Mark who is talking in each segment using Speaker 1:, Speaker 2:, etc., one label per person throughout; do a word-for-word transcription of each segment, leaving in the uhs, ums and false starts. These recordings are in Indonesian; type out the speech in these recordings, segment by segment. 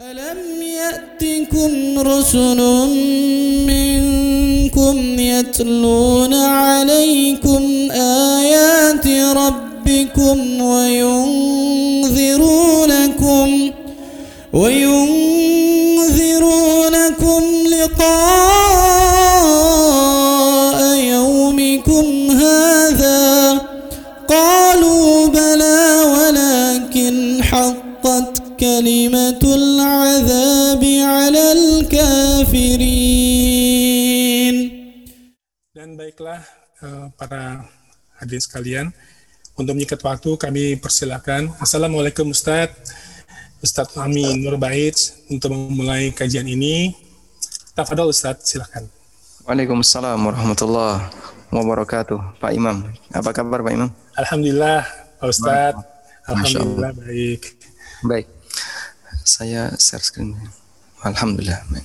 Speaker 1: ألم يأتكم رسل منكم يتلون عليكم آيات ربكم وينذرونكم وينذرونكم لقاء يومكم هذا قالوا بلى ولكن حقت كلمة العذاب على الكافرين.
Speaker 2: Dan baiklah uh, para hadirin sekalian, untuk menyikat waktu kami persilakan. Assalamualaikum Ustaz Ustaz Amin Nur Bait untuk memulai kajian ini. Tafadhol Ustaz, silakan.
Speaker 3: Waalaikumsalam warahmatullahi wabarakatuh. Pak Imam, apa kabar Pak Imam?
Speaker 2: Alhamdulillah Pak Ustaz. Alhamdulillah baik.
Speaker 3: Baik. Saya share screen. Alhamdulillah. Baik.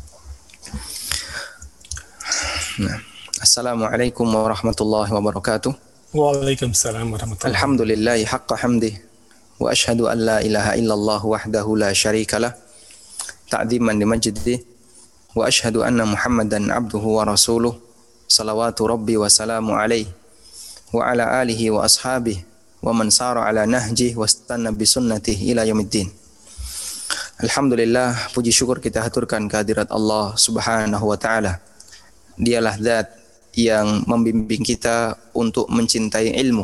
Speaker 3: Nah, Assalamualaikum warahmatullahi wabarakatuh.
Speaker 2: Waalaikumsalam warahmatullahi wabarakatuh.
Speaker 3: Alhamdulillahi haqqa hamdih wa asyhadu an la ilaha illallah wahdahu la syarikalah ta'dhiman limajdih wa asyhadu anna Muhammadan abduhu wa rasuluh salawatu rabbi wa salamu alaihi wa ala alihi wa ashabihi wa man sara ala nahjih wastanna bi sunnatihi ila yaumiddin. Alhamdulillah, puji syukur kita haturkan kehadirat Allah Subhanahu wa taala. Dialah zat yang membimbing kita untuk mencintai ilmu.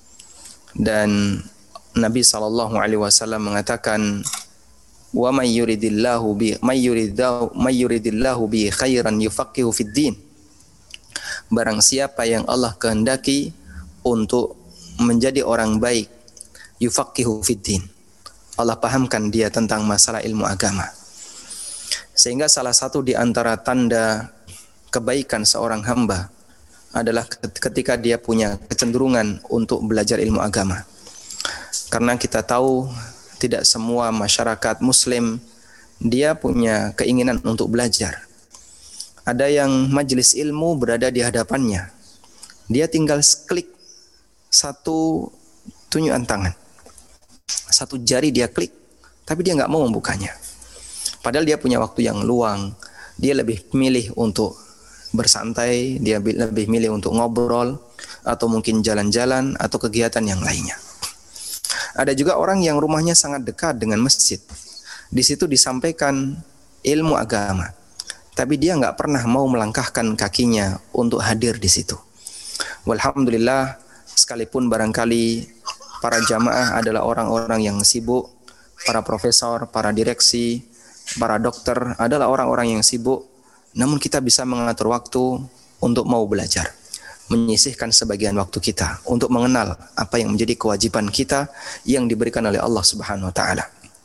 Speaker 3: Dan Nabi sallallahu alaihi wasallam mengatakan, "Wa may yuridillahu bi may yuridillahu may yuridillahu bi khairan yufaqihu fid din." Barang siapa yang Allah kehendaki untuk menjadi orang baik, yufaqihu fid din, Allah pahamkan dia tentang masalah ilmu agama. Sehingga salah satu di antara tanda kebaikan seorang hamba adalah ketika dia punya kecenderungan untuk belajar ilmu agama. Karena kita tahu tidak semua masyarakat muslim dia punya keinginan untuk belajar. Ada yang majelis ilmu berada di hadapannya, dia tinggal klik satu tunjukan tangan, satu jari dia klik, tapi dia nggak mau membukanya. Padahal dia punya waktu yang luang, dia lebih milih untuk bersantai, dia lebih milih untuk ngobrol, atau mungkin jalan-jalan, atau kegiatan yang lainnya. Ada juga orang yang rumahnya sangat dekat dengan masjid. Di situ disampaikan ilmu agama, tapi dia nggak pernah mau melangkahkan kakinya untuk hadir di situ. Walhamdulillah, sekalipun barangkali para jamaah adalah orang-orang yang sibuk, para profesor, para direksi, para dokter adalah orang-orang yang sibuk, namun kita bisa mengatur waktu untuk mau belajar, menyisihkan sebagian waktu kita untuk mengenal apa yang menjadi kewajiban kita yang diberikan oleh Allah Subhanahu wa taala.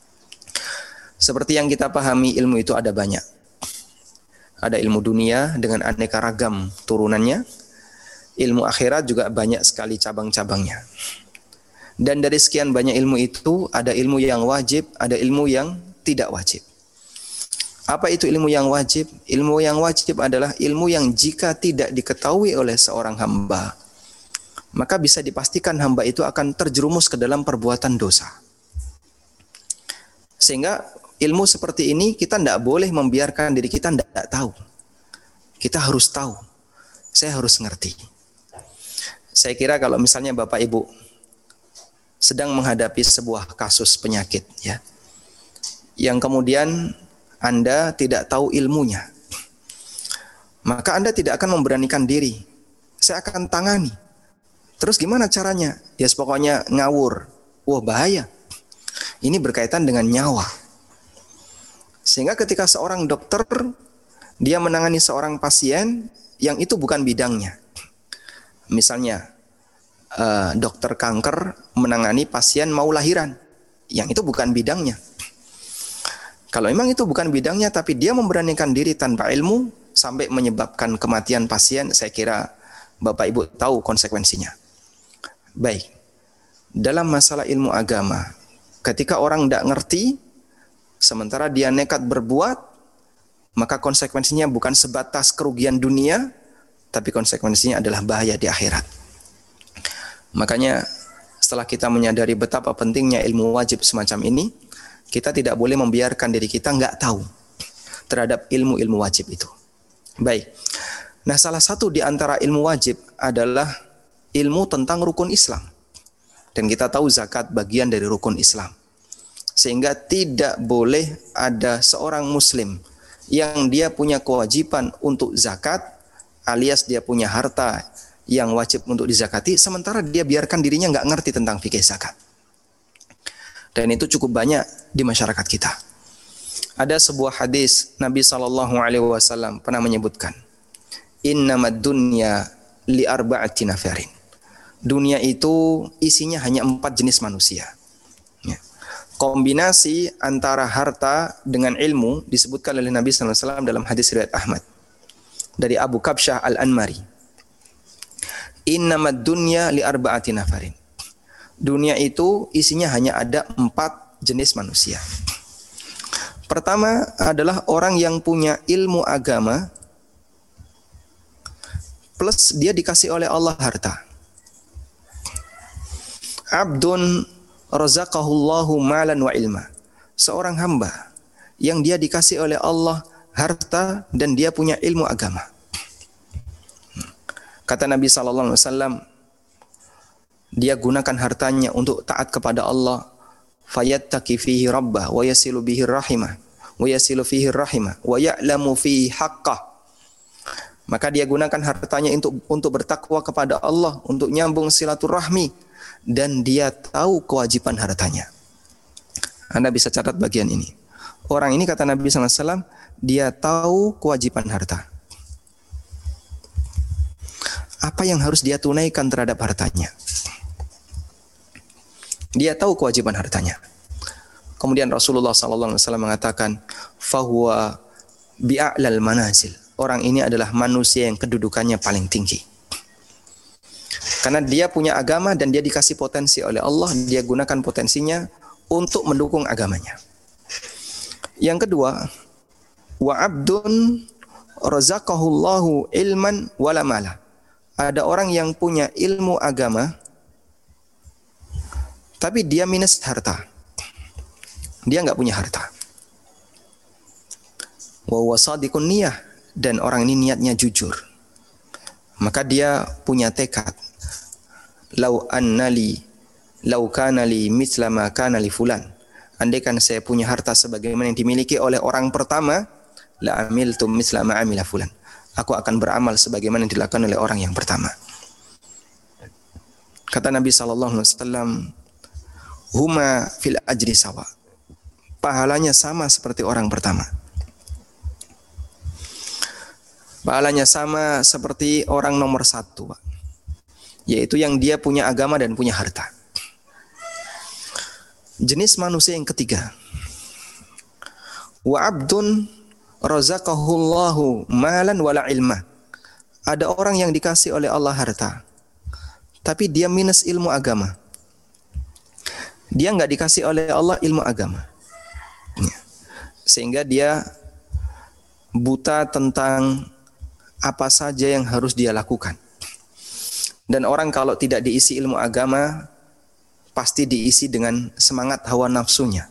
Speaker 3: Seperti yang kita pahami, ilmu itu ada banyak. Ada ilmu dunia dengan aneka ragam turunannya. Ilmu akhirat juga banyak sekali cabang-cabangnya. Dan dari sekian banyak ilmu itu, ada ilmu yang wajib, ada ilmu yang tidak wajib. Apa itu ilmu yang wajib? Ilmu yang wajib adalah ilmu yang jika tidak diketahui oleh seorang hamba, maka bisa dipastikan hamba itu akan terjerumus ke dalam perbuatan dosa. Sehingga ilmu seperti ini kita tidak boleh membiarkan diri kita tidak tahu. Kita harus tahu. Saya harus ngerti. Saya kira kalau misalnya Bapak Ibu sedang menghadapi sebuah kasus penyakit, ya, yang kemudian Anda tidak tahu ilmunya, maka Anda tidak akan memberanikan diri. Saya akan tangani. Terus gimana caranya? Ya pokoknya ngawur. Wah, bahaya. Ini berkaitan dengan nyawa. Sehingga ketika seorang dokter dia menangani seorang pasien yang itu bukan bidangnya. Misalnya uh, dokter kanker menangani pasien mau lahiran, yang itu bukan bidangnya. Kalau memang itu bukan bidangnya, tapi dia memberanikan diri tanpa ilmu sampai menyebabkan kematian pasien, saya kira Bapak Ibu tahu konsekuensinya. Baik, dalam masalah ilmu agama, ketika orang tidak ngerti, sementara dia nekat berbuat, maka konsekuensinya bukan sebatas kerugian dunia, tapi konsekuensinya adalah bahaya di akhirat. Makanya setelah kita menyadari betapa pentingnya ilmu wajib semacam ini, Kita tidak boleh membiarkan diri kita nggak tahu terhadap ilmu-ilmu wajib itu. Baik. Nah, salah satu di antara ilmu wajib adalah ilmu tentang rukun Islam. Dan kita tahu zakat bagian dari rukun Islam. Sehingga tidak boleh ada seorang muslim yang dia punya kewajiban untuk zakat, alias dia punya harta yang wajib untuk dizakati, sementara dia biarkan dirinya nggak ngerti tentang fikih zakat. Dan itu cukup banyak di masyarakat kita. Ada sebuah hadis Nabi shallallahu alaihi wasallam pernah menyebutkan, innamad dunya li arba'ati nafarin. Dunia itu isinya hanya empat jenis manusia. Ya. Kombinasi antara harta dengan ilmu disebutkan oleh Nabi shallallahu alaihi wasallam dalam hadis riwayat Ahmad dari Abu Kabsyah Al-Anmari. Innamad dunya li arba'ati nafarin. Dunia itu isinya hanya ada empat jenis manusia. Pertama adalah orang yang punya ilmu agama plus dia dikasih oleh Allah harta. Abdun razaqahullahu malan wa ilma. Seorang hamba yang dia dikasih oleh Allah harta dan dia punya ilmu agama. Kata Nabi sallallahu alaihi wasallam, dia gunakan hartanya untuk taat kepada Allah, fayattaqi fihi rabbah wa yasilu bihi rahimah wa yasilu fihi rahimah wa ya'lamu fihi haqqah. Maka dia gunakan hartanya untuk untuk bertakwa kepada Allah, untuk nyambung silaturahmi, dan dia tahu kewajiban hartanya. Anda bisa catat bagian ini. Orang ini kata Nabi sallallahu alaihi wasallam, dia tahu kewajiban harta. Apa yang harus dia tunaikan terhadap hartanya? Dia tahu kewajiban hartanya. Kemudian Rasulullah sallallahu alaihi wasallam mengatakan, fahuwa bi'a'lal manazil. Orang ini adalah manusia yang kedudukannya paling tinggi. Karena dia punya agama dan dia dikasih potensi oleh Allah, dia gunakan potensinya untuk mendukung agamanya. Yang kedua, wa abdun razaqahullahu ilman wala mala. Ada orang yang punya ilmu agama tapi dia minus harta. Dia enggak punya harta. Wa wasadiqun niyah, dan orang ini niatnya jujur. Maka dia punya tekad. Lau annali lau kana li mithla ma kana li fulan. Andaikan saya punya harta sebagaimana yang dimiliki oleh orang pertama, la amiltu mithla ma amila fulan. Aku akan beramal sebagaimana yang dilakukan oleh orang yang pertama. Kata Nabi sallallahu alaihi wasallam, huma fil ajri sawa. Pahalanya sama seperti orang pertama. Pahalanya sama seperti orang nomor satu, Pak. Yaitu yang dia punya agama dan punya harta. Jenis manusia yang ketiga, wa abdun razaqahullahu malan wala ilma. Ada orang yang dikasih oleh Allah harta, tapi dia minus ilmu agama. Dia enggak dikasih oleh Allah ilmu agama. Sehingga dia buta tentang apa saja yang harus dia lakukan. Dan orang kalau tidak diisi ilmu agama, pasti diisi dengan semangat hawa nafsunya.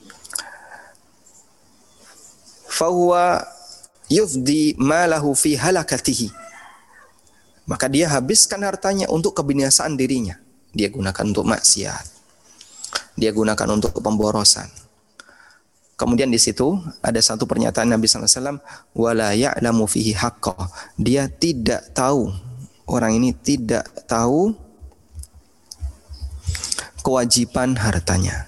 Speaker 3: Fahuwa yufdi malahu fi halakatihi. Maka dia habiskan hartanya untuk kebinasaan dirinya. Dia gunakan untuk maksiat. Dia gunakan untuk pemborosan. Kemudian di situ ada satu pernyataan Nabi sallallahu alaihi wasallam, wala ya'lamu fihi haqqah. Dia tidak tahu, orang ini tidak tahu kewajiban hartanya.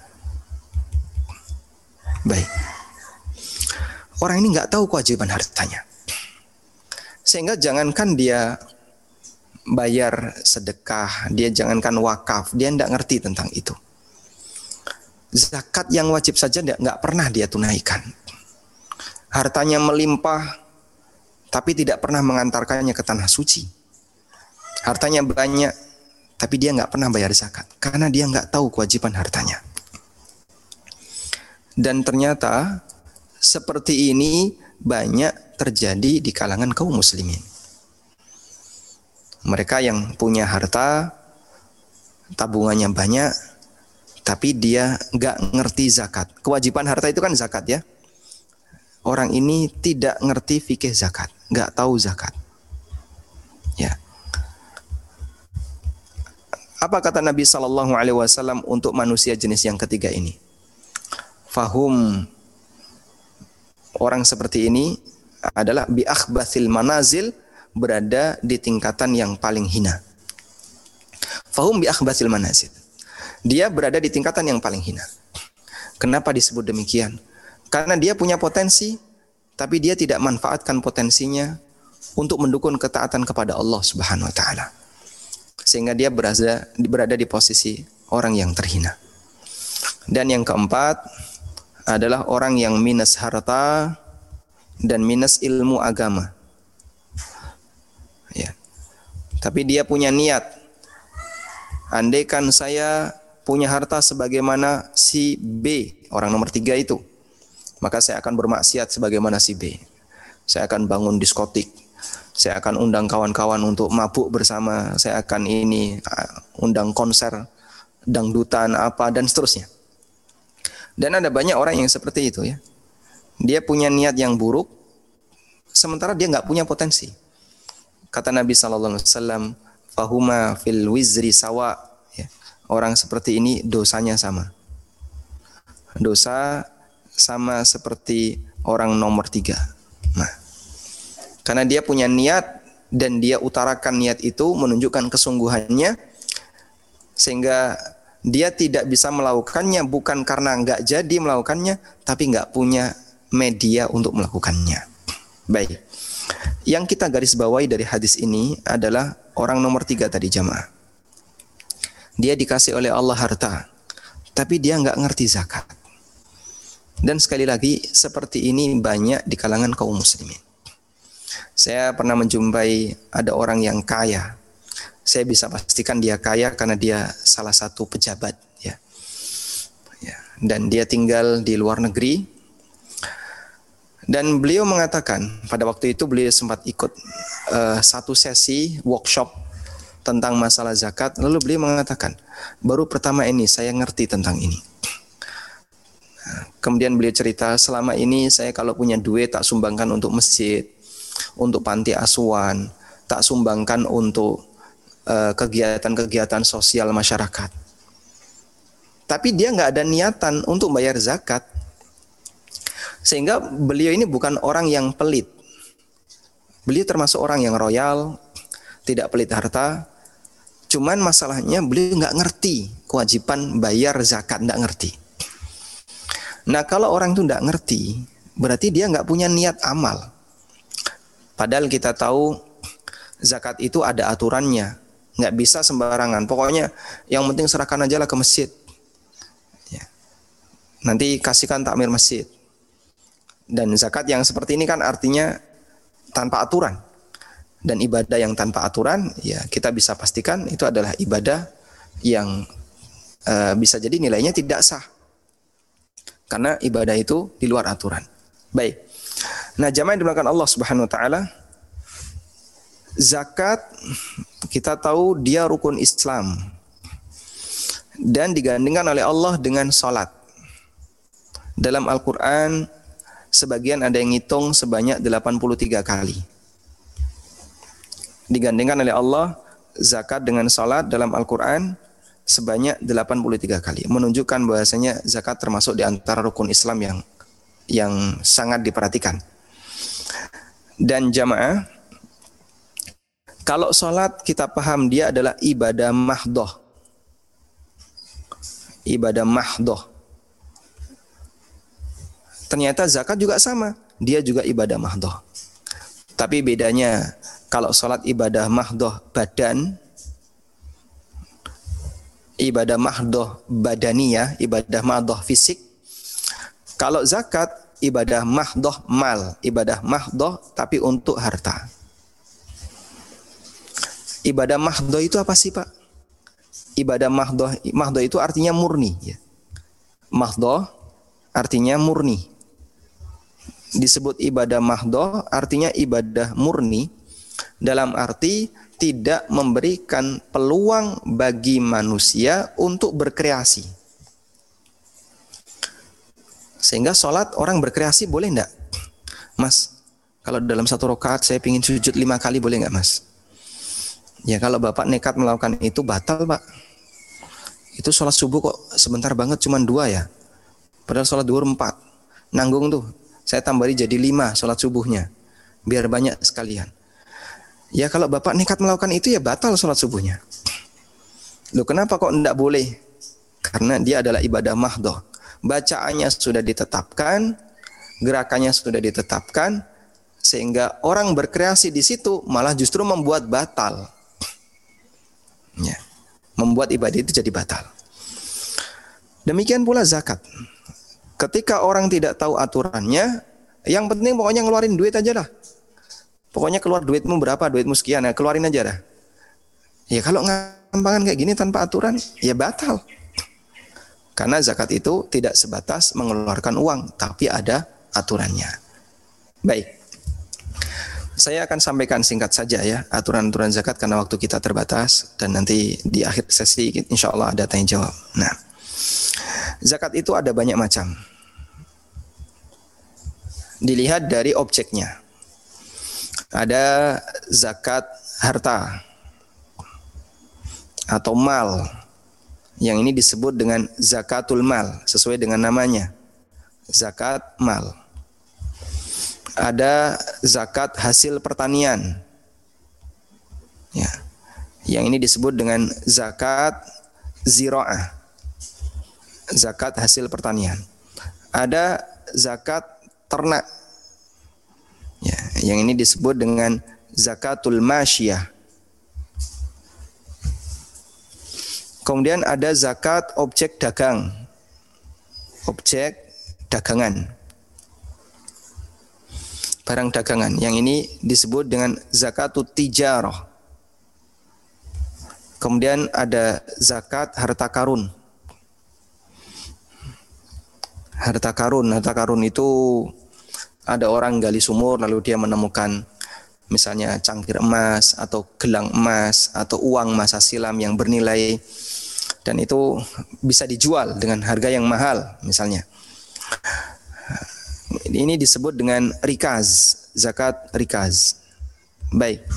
Speaker 3: Baik. Orang ini nggak tahu kewajiban hartanya. Sehingga jangankan dia bayar sedekah, dia jangankan wakaf, dia nggak ngerti tentang itu. Zakat yang wajib saja nggak pernah dia tunaikan. Hartanya melimpah, tapi tidak pernah mengantarkannya ke tanah suci. Hartanya banyak, tapi dia nggak pernah bayar zakat, karena dia nggak tahu kewajiban hartanya. Dan ternyata seperti ini banyak terjadi di kalangan kaum muslimin. Mereka yang punya harta, tabungannya banyak, tapi dia nggak ngerti zakat. Kewajiban harta itu kan zakat ya. Orang ini tidak ngerti fikih zakat, nggak tahu zakat. Ya. Apa kata Nabi Shallallahu Alaihi Wasallam untuk manusia jenis yang ketiga ini? Fahum, orang seperti ini adalah bi akhbathil manazil, berada di tingkatan yang paling hina. Fahum bi akhbathil manazil. Dia berada di tingkatan yang paling hina. Kenapa disebut demikian? Karena dia punya potensi, tapi dia tidak manfaatkan potensinya untuk mendukung ketaatan kepada Allah Subhanahu wa taala. Sehingga dia berada berada di posisi orang yang terhina. Dan yang keempat adalah orang yang minus harta dan minus ilmu agama. Ya. Tapi dia punya niat. Andaikan saya punya harta sebagaimana si B, orang nomor tiga itu, maka saya akan bermaksiat sebagaimana si B. Saya akan bangun diskotik. Saya akan undang kawan-kawan untuk mabuk bersama. Saya akan ini undang konser dangdutan apa dan seterusnya. Dan ada banyak orang yang seperti itu ya. Dia punya niat yang buruk, sementara dia nggak punya potensi. Kata Nabi Sallallahu Alaihi Wasallam, "Fahuma fil wizri sawa." Ya. Orang seperti ini dosanya sama. Dosa sama seperti orang nomor tiga. Nah, karena dia punya niat dan dia utarakan niat itu menunjukkan kesungguhannya, sehingga dia tidak bisa melakukannya bukan karena nggak jadi melakukannya, tapi nggak punya media untuk melakukannya. Baik, yang kita garis bawahi dari hadis ini adalah orang nomor tiga tadi jamaah. Dia dikasih oleh Allah harta, tapi dia nggak ngerti zakat. Dan sekali lagi, seperti ini banyak di kalangan kaum muslimin. Saya pernah menjumpai ada orang yang kaya. Saya bisa pastikan dia kaya karena dia salah satu pejabat, ya. Ya. Dan dia tinggal di luar negeri. Dan beliau mengatakan, pada waktu itu beliau sempat ikut uh, satu sesi workshop tentang masalah zakat. Lalu beliau mengatakan, baru pertama ini saya ngerti tentang ini. Kemudian beliau cerita, selama ini saya kalau punya duit tak sumbangkan untuk masjid, untuk panti asuhan, tak sumbangkan untuk uh, kegiatan-kegiatan sosial masyarakat. Tapi dia nggak ada niatan untuk bayar zakat. Sehingga beliau ini bukan orang yang pelit. Beliau termasuk orang yang royal, tidak pelit harta. Cuman masalahnya beliau nggak ngerti kewajiban bayar zakat, nggak ngerti. Nah kalau orang itu nggak ngerti, berarti dia nggak punya niat amal. Padahal kita tahu zakat itu ada aturannya, nggak bisa sembarangan. Pokoknya yang penting serahkan aja lah ke masjid. Ya. Nanti kasihkan takmir masjid. Dan zakat yang seperti ini kan artinya tanpa aturan. Dan ibadah yang tanpa aturan, ya kita bisa pastikan itu adalah ibadah yang uh, bisa jadi nilainya tidak sah. Karena ibadah itu di luar aturan. Baik. Nah, jamaah yang dimuliakan Allah Subhanahu wa taala, zakat kita tahu dia rukun Islam. Dan digandingkan oleh Allah dengan salat. Dalam Al-Qur'an sebagian ada yang ngitung sebanyak delapan puluh tiga kali. Digandingkan oleh Allah zakat dengan salat dalam Al-Qur'an sebanyak delapan puluh tiga kali, menunjukkan bahwasanya zakat termasuk di antara rukun Islam yang yang sangat diperhatikan. Dan jamaah, kalau salat kita paham dia adalah ibadah mahdhah. Ibadah mahdhah. Ternyata zakat juga sama, dia juga ibadah mahdhah. Tapi bedanya kalau salat ibadah mahdhah badan, ibadah mahdhah badaniyah, ibadah mahdhah fisik. Kalau zakat ibadah mahdhah mal, ibadah mahdhah tapi untuk harta. Ibadah mahdhah itu apa sih, Pak? Ibadah mahdhah mahdhah itu artinya murni, ya. Mahdhah artinya murni. Disebut ibadah mahdhah artinya ibadah murni dalam arti tidak memberikan peluang bagi manusia untuk berkreasi. Sehingga sholat orang berkreasi boleh enggak? Mas, kalau dalam satu rakaat saya ingin sujud lima kali boleh enggak mas? Ya kalau bapak nekat melakukan itu batal pak. Itu sholat subuh kok sebentar banget cuma dua ya. Padahal sholat duhur empat. Nanggung tuh. Saya tambahin jadi lima sholat subuhnya. Biar banyak sekalian. Ya kalau bapak nekat melakukan itu ya batal sholat subuhnya. Loh kenapa kok enggak boleh? Karena dia adalah ibadah mahdhah. Bacaannya sudah ditetapkan, gerakannya sudah ditetapkan, sehingga orang berkreasi di situ malah justru membuat batal. Ya, membuat ibadah itu jadi batal. Demikian pula zakat. Ketika orang tidak tahu aturannya, yang penting pokoknya ngeluarin duit aja lah. Pokoknya keluar duitmu berapa, duitmu sekian, ya keluarin aja dah. Ya kalau ngampangan kayak gini tanpa aturan, ya batal. Karena zakat itu tidak sebatas mengeluarkan uang, tapi ada aturannya. Baik. Saya akan sampaikan singkat saja ya aturan-aturan zakat karena waktu kita terbatas dan nanti di akhir sesi insya Allah ada tanya jawab. Nah, zakat itu ada banyak macam. Dilihat dari objeknya. Ada zakat harta atau mal. Yang ini disebut dengan zakatul mal, sesuai dengan namanya. Zakat mal. Ada zakat hasil pertanian. Ya. Yang ini disebut dengan zakat zira'ah. Zakat hasil pertanian. Ada zakat ternak. Ya, yang ini disebut dengan zakatul masyiyah. Kemudian ada zakat objek dagang. Objek dagangan. Barang dagangan. Yang ini disebut dengan zakatut tijarah. Kemudian ada zakat harta karun. Harta karun, harta karun itu ada orang gali sumur lalu dia menemukan misalnya cangkir emas atau gelang emas atau uang masa silam yang bernilai dan itu bisa dijual dengan harga yang mahal misalnya. Ini disebut dengan rikaz, zakat rikaz. Baik.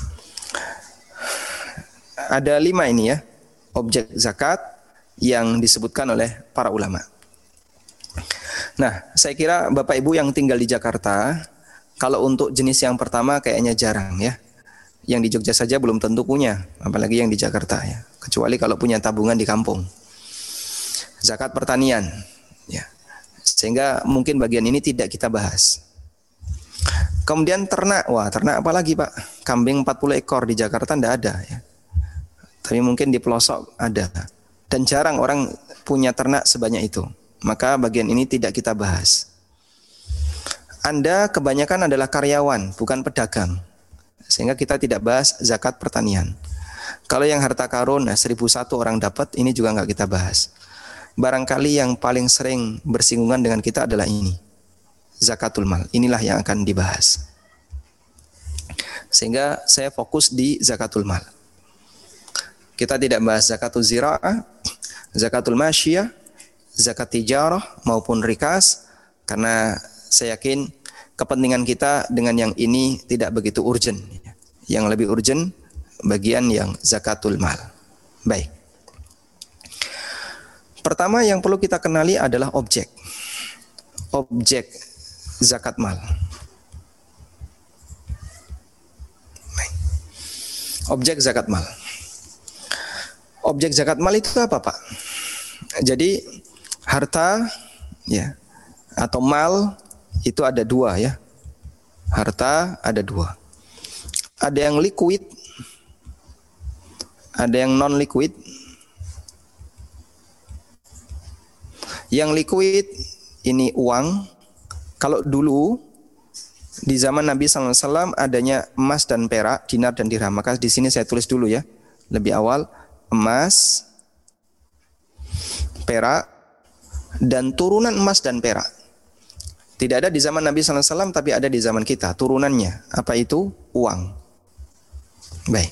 Speaker 3: Ada lima ini ya, objek zakat yang disebutkan oleh para ulama. Nah, saya kira Bapak Ibu yang tinggal di Jakarta, kalau untuk jenis yang pertama kayaknya jarang ya. Yang di Jogja saja belum tentu punya, apalagi yang di Jakarta ya. Kecuali kalau punya tabungan di kampung. Zakat pertanian, ya. Sehingga mungkin bagian ini tidak kita bahas. Kemudian ternak, wah ternak apa lagi Pak? Kambing empat puluh ekor di Jakarta tidak ada ya. Tapi mungkin di pelosok ada. Dan jarang orang punya ternak sebanyak itu. Maka bagian ini tidak kita bahas. Anda kebanyakan adalah karyawan, bukan pedagang. Sehingga kita tidak bahas zakat pertanian. Kalau yang harta karun, nah, seribu satu orang dapat, ini juga nggak kita bahas. Barangkali yang paling sering bersinggungan dengan kita adalah ini. Zakatul mal. Inilah yang akan dibahas. Sehingga saya fokus di zakatul mal. Kita tidak bahas zakatul zira'ah, zakatul masyiyah, zakat tijarah maupun rikas. Karena saya yakin kepentingan kita dengan yang ini tidak begitu urgent. Yang lebih urgent bagian yang zakatul mal. Baik. Pertama yang perlu kita kenali adalah objek. Objek zakat mal. Baik. Objek zakat mal. Objek zakat mal itu apa, Pak? Jadi harta ya atau mal itu ada dua ya. Harta ada dua. Ada yang liquid, ada yang non liquid. Yang liquid ini uang. Kalau dulu di zaman Nabi sallallahu alaihi wasallam adanya emas dan perak, dinar dan dirham. Maka di sini saya tulis dulu ya, lebih awal, emas, perak, dan turunan emas dan perak. Tidak ada di zaman Nabi sallallahu alaihi wasallam, tapi ada di zaman kita. Turunannya apa itu? Uang. Baik.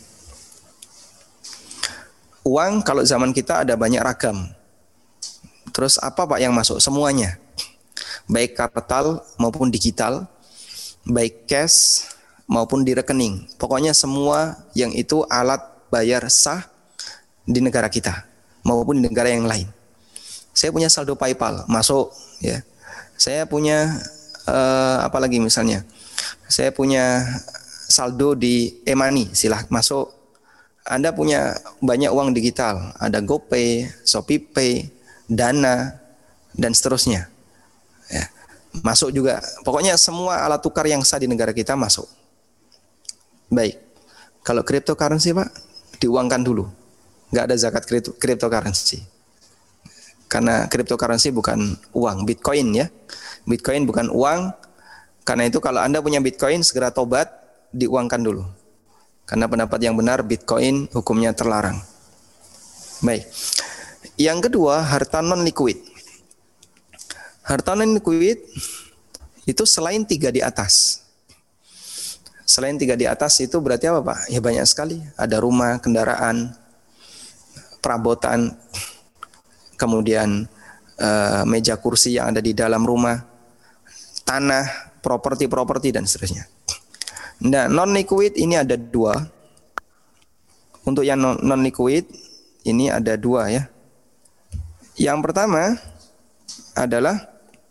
Speaker 3: Uang kalau zaman kita ada banyak ragam. Terus apa Pak yang masuk? Semuanya. baik kartal maupun digital, baik cash maupun di rekening. Pokoknya semua yang itu alat bayar sah di negara kita maupun di negara yang lain. Saya punya saldo PayPal masuk, ya. Saya punya uh, apa lagi misalnya? Saya punya saldo di e-money, silahkan masuk. Anda punya banyak uang digital, ada GoPay, ShopeePay, Dana, dan seterusnya. Ya, masuk juga. Pokoknya semua alat tukar yang sah di negara kita masuk. Baik. Kalau cryptocurrency, Pak, diuangkan dulu. Nggak ada zakat cryptocurrency. Karena cryptocurrency bukan uang, Bitcoin ya. Bitcoin bukan uang. Karena itu kalau Anda punya Bitcoin, segera tobat, diuangkan dulu. Karena pendapat yang benar, Bitcoin hukumnya terlarang. Baik. Yang kedua, harta non-liquid. Harta non-liquid itu selain tiga di atas. Selain tiga di atas itu berarti apa, Pak? Ya banyak sekali. Ada rumah, kendaraan, perabotan, kemudian uh, meja kursi yang ada di dalam rumah, tanah, properti-properti, dan seterusnya. Nah, non-liquid ini ada dua. Untuk yang non-liquid ini ada dua ya. Yang pertama adalah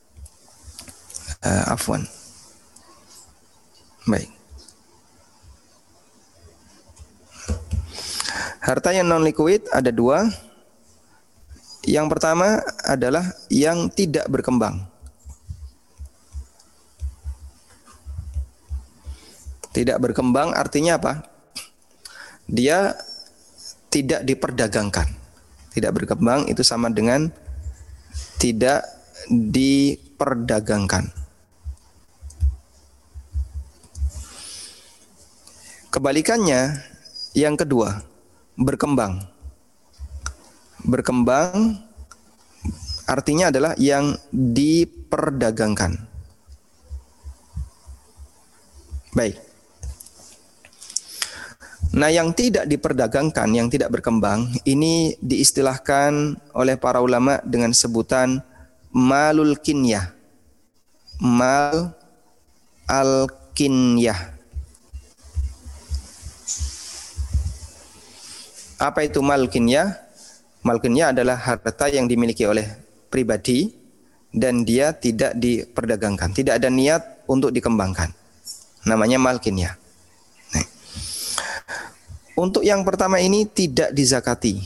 Speaker 3: uh, afwan. Baik. Harta yang non-liquid ada dua. Yang pertama adalah yang tidak berkembang. Tidak berkembang artinya apa? Dia tidak diperdagangkan. Tidak berkembang itu sama dengan tidak diperdagangkan. Kebalikannya, yang kedua, berkembang. Berkembang artinya adalah yang diperdagangkan. Baik. Nah, yang tidak diperdagangkan, yang tidak berkembang, ini diistilahkan oleh para ulama dengan sebutan malul kinyah. Mal al-kinyah. Apa itu mal kinyah? Mal kinyah adalah harta yang dimiliki oleh pribadi dan dia tidak diperdagangkan, tidak ada niat untuk dikembangkan. Namanya mal kinyah. Nah. Untuk yang pertama ini tidak dizakati.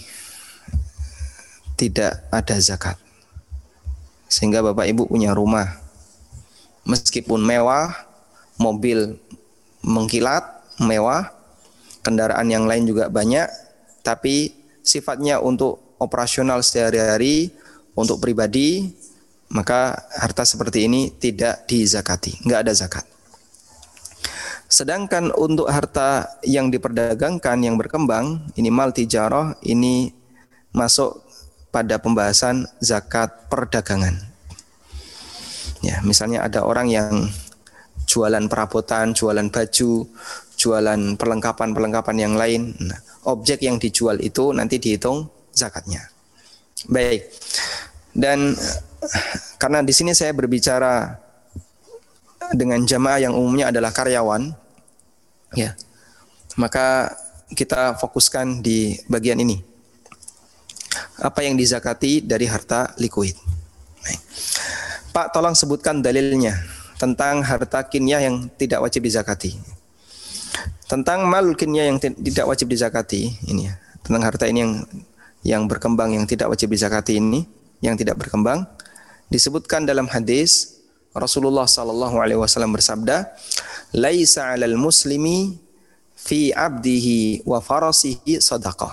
Speaker 3: Tidak ada zakat. Sehingga Bapak Ibu punya rumah, meskipun mewah, mobil mengkilat, mewah, kendaraan yang lain juga banyak, tapi sifatnya untuk operasional sehari-hari, untuk pribadi, maka harta seperti ini tidak dizakati, nggak ada zakat. Sedangkan untuk harta yang diperdagangkan, yang berkembang, ini mal tijarah, ini masuk pada pembahasan zakat perdagangan. Ya, misalnya ada orang yang jualan perabotan, jualan baju, jualan perlengkapan-perlengkapan yang lain. Nah, objek yang dijual itu nanti dihitung zakatnya. Baik. Dan karena di sini saya berbicara dengan jamaah yang umumnya adalah karyawan, ya, maka kita fokuskan di bagian ini. Apa yang dizakati dari harta liquid? Baik. Pak, tolong sebutkan dalilnya tentang harta kinyah yang tidak wajib dizakati. Tentang mal kinyah yang tidak wajib dizakati ini ya. Tentang harta ini yang yang berkembang yang tidak wajib dizakati ini, yang tidak berkembang, disebutkan dalam hadis Rasulullah sallallahu alaihi wasallam bersabda, "Laisa 'alal muslimi fi 'abdihi wa farasihi shadaqah."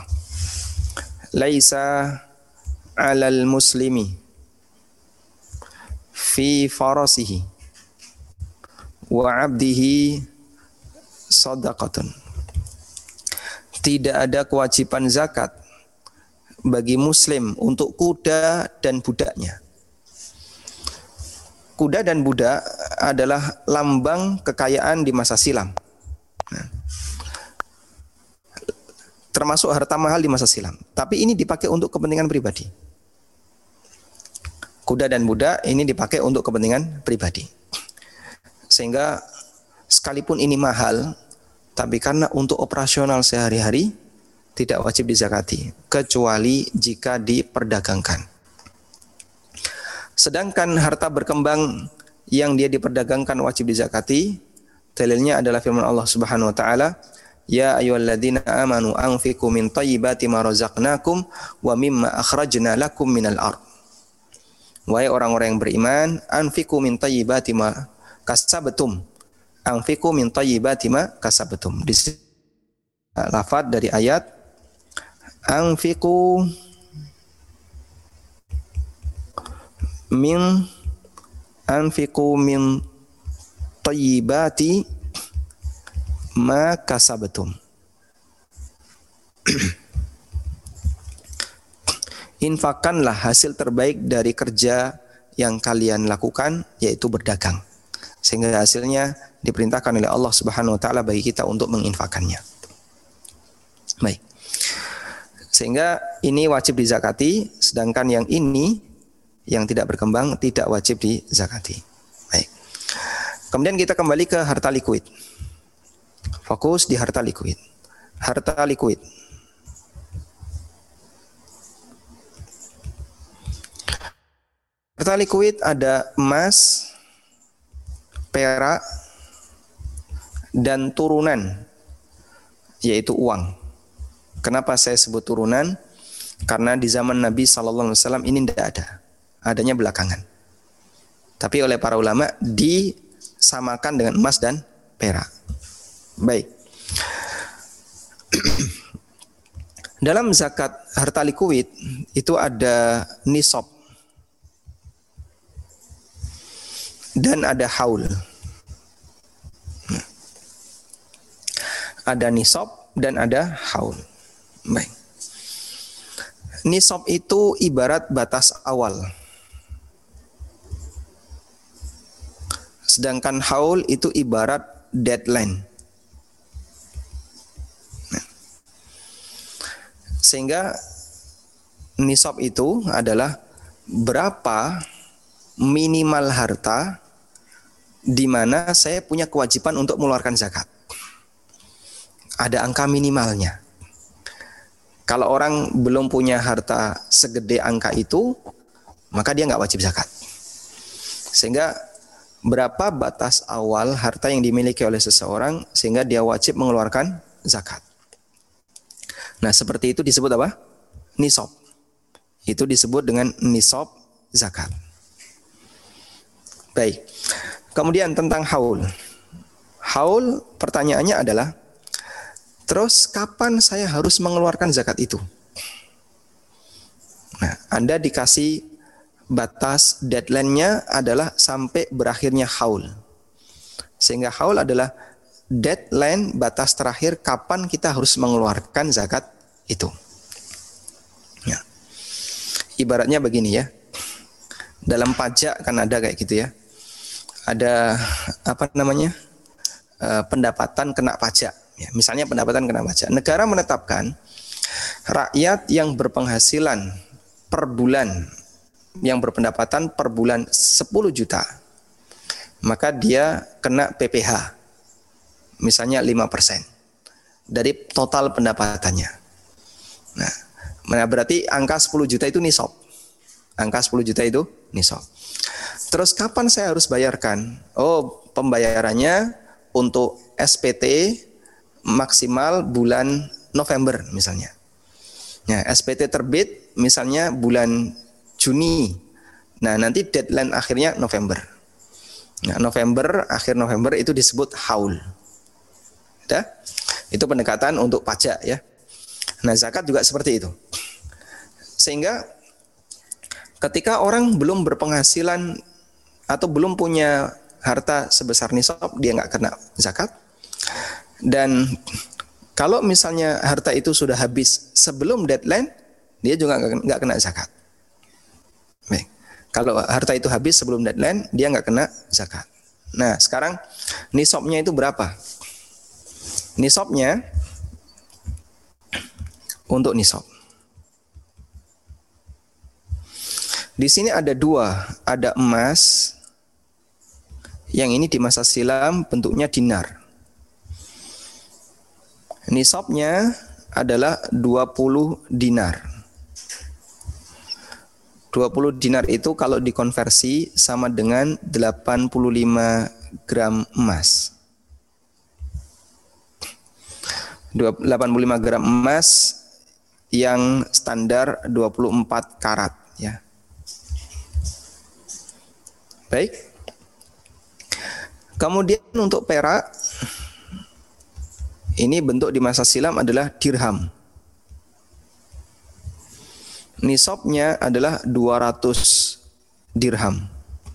Speaker 3: Laisa 'alal muslimi fi farasihi wa 'abdihi shadaqatun. Tidak ada kewajiban zakat bagi muslim untuk kuda dan budaknya. Kuda dan budak adalah lambang kekayaan di masa silam. Nah, termasuk harta mahal di masa silam. Tapi ini dipakai untuk kepentingan pribadi. kuda dan budak ini dipakai untuk kepentingan pribadi. Sehingga sekalipun ini mahal, tapi karena untuk operasional sehari-hari tidak wajib dizakati, kecuali jika diperdagangkan. Sedangkan harta berkembang yang dia diperdagangkan wajib dizakati, dalilnya adalah firman Allah Subhanahu wa taala, ya ayyuhalladzina amanu anfiqu min thayyibati ma razaqnakum wa mimma akhrajna lakum minal ardh. Wahai orang-orang yang beriman, anfiqu min thayyibati ma kasabtum. Anfiqu min thayyibati ma kasabtum. Di sini lafaz dari ayat anfiqu min anfiqu min thayyibati ma kasabtum. Infakkanlah hasil terbaik dari kerja yang kalian lakukan, yaitu berdagang. Sehingga hasilnya diperintahkan oleh Allah Subhanahu wa taala bagi kita untuk menginfakkannya. Baik. Sehingga ini wajib dizakati, sedangkan yang ini yang tidak berkembang tidak wajib dizakati. Baik. Kemudian kita kembali ke harta likuid. Fokus di harta likuid. Harta likuid. Harta likuid ada emas, perak, dan turunan, yaitu uang. Kenapa saya sebut turunan? Karena di zaman Nabi shallallahu alaihi wasallam ini tidak ada, adanya belakangan. Tapi oleh para ulama disamakan dengan emas dan perak. Baik. Dalam zakat harta likuid itu ada nisab dan ada haul. Ada nisab dan ada haul. Baik. Nisab itu ibarat batas awal. Sedangkan haul itu ibarat deadline. Sehingga nisab itu adalah berapa minimal harta di mana saya punya kewajiban untuk mengeluarkan zakat. Ada angka minimalnya. Kalau orang belum punya harta segede angka itu, maka dia nggak wajib zakat. Sehingga berapa batas awal harta yang dimiliki oleh seseorang sehingga dia wajib mengeluarkan zakat. Nah, seperti itu disebut apa? Nisab. Itu disebut dengan nisab zakat. Baik. Kemudian tentang haul. Haul pertanyaannya adalah, terus kapan saya harus mengeluarkan zakat itu? Nah, Anda dikasih batas deadline-nya adalah sampai berakhirnya haul. Sehingga haul adalah deadline, batas terakhir kapan kita harus mengeluarkan zakat itu. Ya. Ibaratnya begini ya. Dalam pajak kan ada kayak gitu ya. Ada apa namanya? E, pendapatan kena pajak. Ya, misalnya pendapatan kena pajak. Negara menetapkan rakyat yang berpenghasilan per bulan, yang berpendapatan per bulan sepuluh juta, maka dia kena P P H. Misalnya lima persen dari total pendapatannya. Nah, berarti angka sepuluh juta itu nisab. Angka sepuluh juta itu nisab. Terus kapan saya harus bayarkan? Oh, pembayarannya untuk S P T maksimal bulan November misalnya. Nah, S P T terbit misalnya bulan Juni. Nah, nanti deadline akhirnya November. Nah, November, akhir November itu disebut haul. Ya? Itu pendekatan untuk pajak ya. Nah, zakat juga seperti itu. Sehingga ketika orang belum berpenghasilan atau belum punya harta sebesar nisab, dia nggak kena zakat. Dan kalau misalnya harta itu sudah habis sebelum deadline, dia juga nggak kena zakat. Baik. Kalau harta itu habis sebelum deadline, dia nggak kena zakat. Nah, sekarang nisabnya itu berapa? Nisabnya untuk nisab. Di sini ada dua, ada emas. Yang ini di masa silam bentuknya dinar. Nisabnya adalah dua puluh dinar. dua puluh dinar itu kalau dikonversi sama dengan delapan puluh lima gram emas. delapan puluh lima gram emas yang standar dua puluh empat karat ya. Baik. Kemudian untuk perak ini bentuk di masa silam adalah dirham. Nisabnya adalah dua ratus dirham.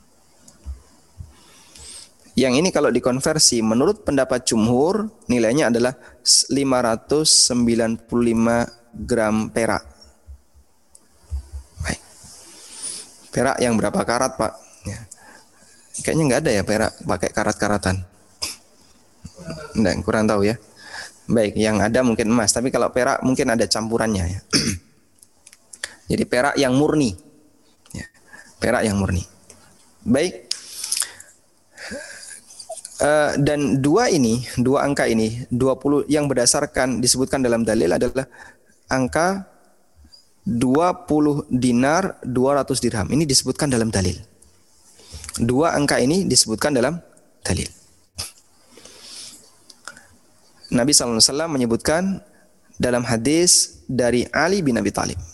Speaker 3: Yang ini kalau dikonversi menurut pendapat jumhur nilainya adalah lima ratus sembilan puluh lima gram perak. Baik. Perak yang berapa karat, Pak? Ya. Kayaknya nggak ada ya perak pakai karat-karatan. Nggak, kurang tahu ya. Baik, yang ada mungkin emas, tapi kalau perak mungkin ada campurannya ya. Jadi perak yang murni. Ya, perak yang murni. Baik. Uh, dan dua ini, dua angka ini, dua puluh yang berdasarkan disebutkan dalam dalil adalah angka dua puluh dinar, dua ratus dirham. Ini disebutkan dalam dalil. Dua angka ini disebutkan dalam dalil. Nabi sallallahu alaihi wasallam menyebutkan dalam hadis dari Ali bin Abi Thalib.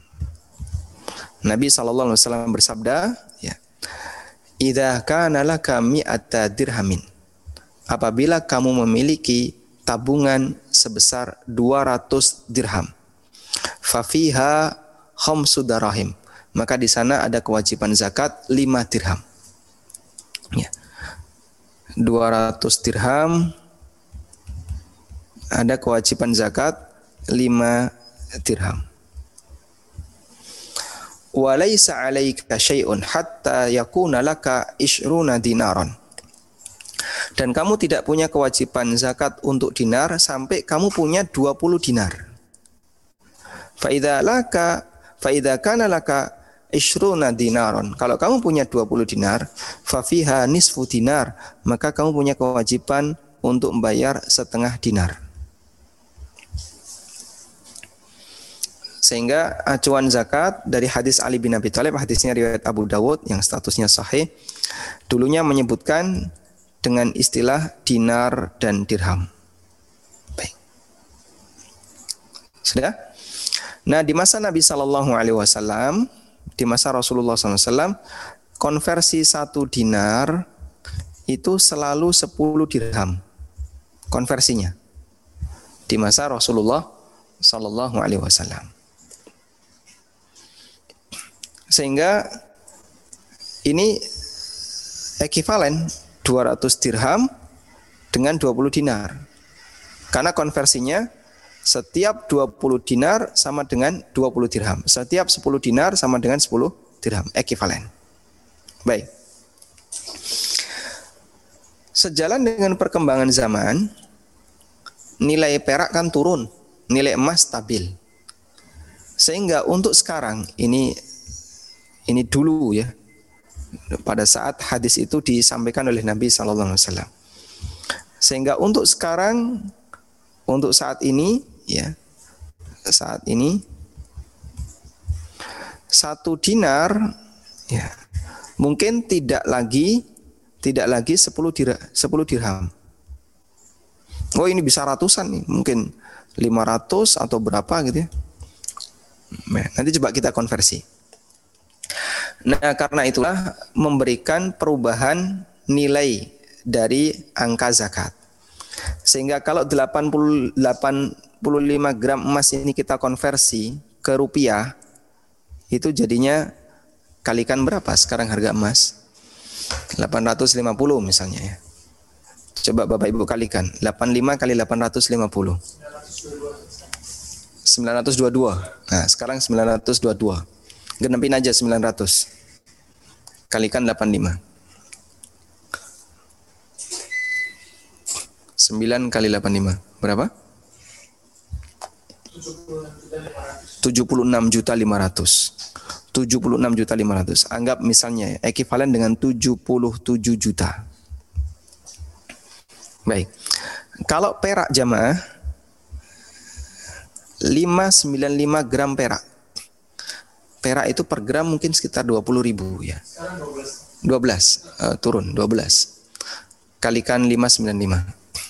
Speaker 3: Nabi sallallahu alaihi wasallam bersabda, ya. Idza kana laka mi'ata dirhamin. Apabila kamu memiliki tabungan sebesar dua ratus dirham. Fa fiha khamsu darahim. Maka di sana ada kewajiban zakat lima dirham. Ya. dua ratus dirham ada kewajiban zakat lima dirham. Wa laisa 'alaika syai'un hatta yakuna laka ishruna dinaran. Dan kamu tidak punya kewajiban zakat untuk dinar sampai kamu punya dua puluh dinar. Fa idza laka fa idza kana laka ishruna dinaron. Kalau kamu punya dua puluh dinar, fa fiha nisfu dinar, maka kamu punya kewajiban untuk membayar setengah dinar. Sehingga acuan zakat dari hadis Ali bin Abi Thalib, hadisnya riwayat Abu Dawud yang statusnya sahih, dulunya menyebutkan dengan istilah dinar dan dirham. Baik. Sudah? Nah, di masa Nabi sallallahu alaihi wasallam, di masa Rasulullah sallallahu alaihi wasallam, konversi satu dinar itu selalu sepuluh dirham. Konversinya. Di masa Rasulullah sallallahu alaihi wasallam. Sehingga ini ekivalen dua ratus dirham dengan dua puluh dinar. Karena konversinya setiap dua puluh dinar sama dengan dua puluh dirham. Setiap sepuluh dinar sama dengan sepuluh dirham. Ekivalen. Baik. Sejalan dengan perkembangan zaman, nilai perak kan turun, nilai emas stabil. Sehingga untuk sekarang, ini ini dulu ya, pada saat hadis itu disampaikan oleh Nabi sallallahu alaihi wasallam. Sehingga untuk sekarang, untuk saat ini, ya, saat ini satu dinar, ya, mungkin tidak lagi, tidak lagi sepuluh dirham. Oh, ini bisa ratusan nih, mungkin lima ratus atau berapa gitu ya. Nah, nanti coba kita konversi. Nah, karena itulah memberikan perubahan nilai dari angka zakat. Sehingga kalau delapan puluh lima gram emas ini kita konversi ke rupiah, itu jadinya kalikan berapa sekarang harga emas? delapan ratus lima puluh misalnya ya. Coba Bapak Ibu kalikan. delapan puluh lima kali delapan ratus lima puluh. sembilan ratus dua puluh dua. Nah, sekarang sembilan ratus dua puluh dua. Genepin aja sembilan ratus. Kalikan delapan puluh lima. sembilan kali delapan puluh lima. Berapa? tujuh puluh enam juta lima ratus. tujuh puluh enam juta lima ratus. Anggap misalnya ekuivalen dengan tujuh puluh tujuh juta. Baik. Kalau perak jamaah lima ratus sembilan puluh lima gram perak. Perak itu per gram mungkin sekitar dua puluh ribu ya. dua belas uh, turun dua belas. Kalikan lima ratus sembilan puluh lima.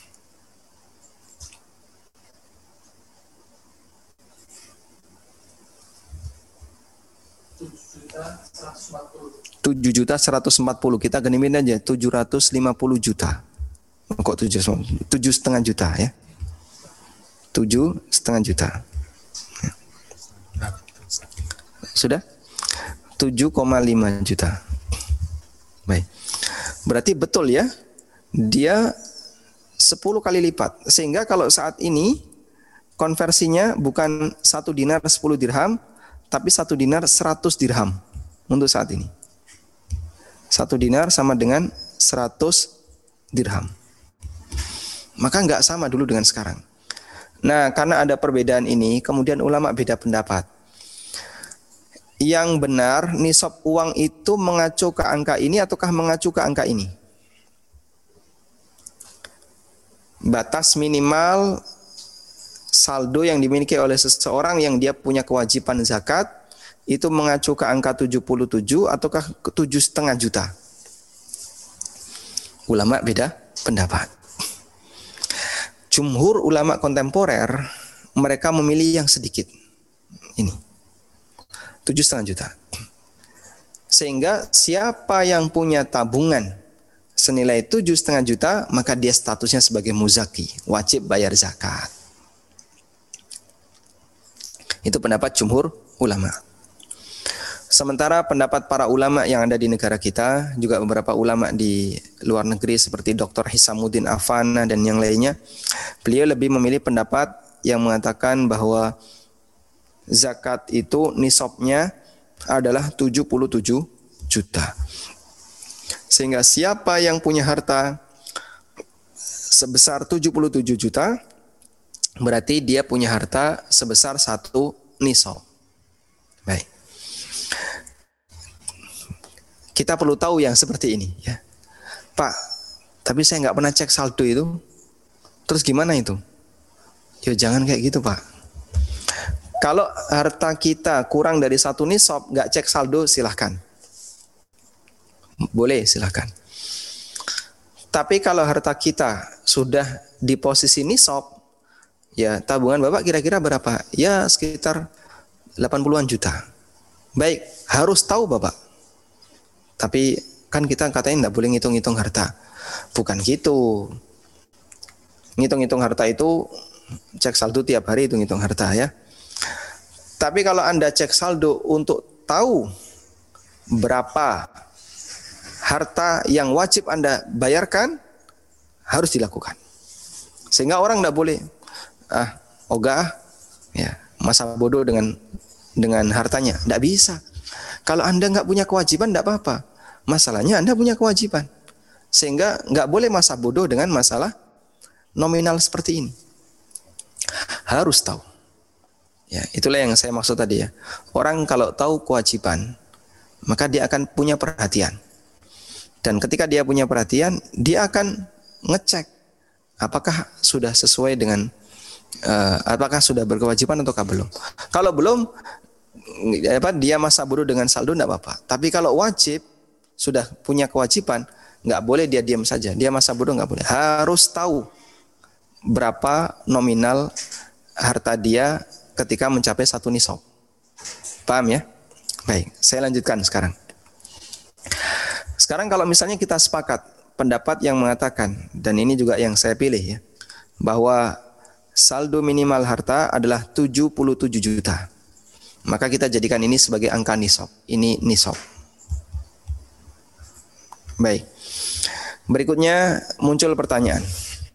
Speaker 3: tujuh juta seratus empat puluh, kita ganimin aja tujuh ratus lima puluh juta. Kok tujuh tujuh setengah juta ya? Tujuh setengah juta. Sudah? tujuh koma lima juta. Baik. Berarti betul ya? Dia sepuluh kali lipat. Sehingga kalau saat ini konversinya bukan satu dinar sepuluh dirham, tapi satu dinar seratus dirham untuk saat ini. Satu dinar sama dengan seratus dirham. Maka nggak sama dulu dengan sekarang. Nah, karena ada perbedaan ini, kemudian ulama beda pendapat. Yang benar, nisab uang itu mengacu ke angka ini ataukah mengacu ke angka ini? Batas minimal saldo yang dimiliki oleh seseorang yang dia punya kewajiban zakat itu mengacu ke angka tujuh puluh tujuh ataukah ke tujuh setengah juta? Ulama beda pendapat. Jumhur ulama kontemporer mereka memilih yang sedikit ini tujuh setengah juta. Sehingga siapa yang punya tabungan senilai tujuh setengah juta maka dia statusnya sebagai muzaki, wajib bayar zakat. Itu pendapat jumhur ulama. Sementara pendapat para ulama yang ada di negara kita, juga beberapa ulama di luar negeri seperti doktor Hisamuddin Afana dan yang lainnya, beliau lebih memilih pendapat yang mengatakan bahwa zakat itu nisabnya adalah tujuh puluh tujuh juta. Sehingga siapa yang punya harta sebesar tujuh puluh tujuh juta, berarti dia punya harta sebesar satu nisab. Baik. Kita perlu tahu yang seperti ini ya. Pak, tapi saya nggak pernah cek saldo itu. Terus gimana itu? Ya jangan kayak gitu, Pak. Kalau harta kita kurang dari satu nisab, nggak cek saldo, silahkan. Boleh, silahkan. Tapi kalau harta kita sudah di posisi nisab, ya tabungan Bapak kira-kira berapa? Ya sekitar delapan puluhan juta. Baik, harus tahu Bapak. Tapi kan kita katanya tidak boleh ngitung-ngitung harta. Bukan gitu. Ngitung-ngitung harta itu cek saldo tiap hari itu ngitung harta ya. Tapi kalau Anda cek saldo untuk tahu berapa harta yang wajib Anda bayarkan, harus dilakukan. Sehingga orang tidak boleh ah ogah ya masa bodoh dengan dengan hartanya. Tidak bisa. Kalau Anda nggak punya kewajiban, tidak apa-apa. Masalahnya Anda punya kewajiban. Sehingga nggak boleh masa bodoh dengan masalah nominal seperti ini. Harus tahu. Ya, itulah yang saya maksud tadi ya. Orang kalau tahu kewajiban, maka dia akan punya perhatian. Dan ketika dia punya perhatian, dia akan ngecek apakah sudah sesuai dengan uh, apakah sudah berkewajiban ataukah belum. Kalau belum, apa, dia masa bodoh dengan saldo tidak apa-apa. Tapi kalau wajib, sudah punya kewajiban, nggak boleh dia diam saja. Dia masa bodoh nggak boleh. Harus tahu berapa nominal harta dia ketika mencapai satu nisab. Paham ya? Baik, saya lanjutkan sekarang. Sekarang kalau misalnya kita sepakat pendapat yang mengatakan, dan ini juga yang saya pilih ya, bahwa saldo minimal harta adalah tujuh puluh tujuh juta. Maka kita jadikan ini sebagai angka nisab. Ini nisab. Baik. Berikutnya muncul pertanyaan.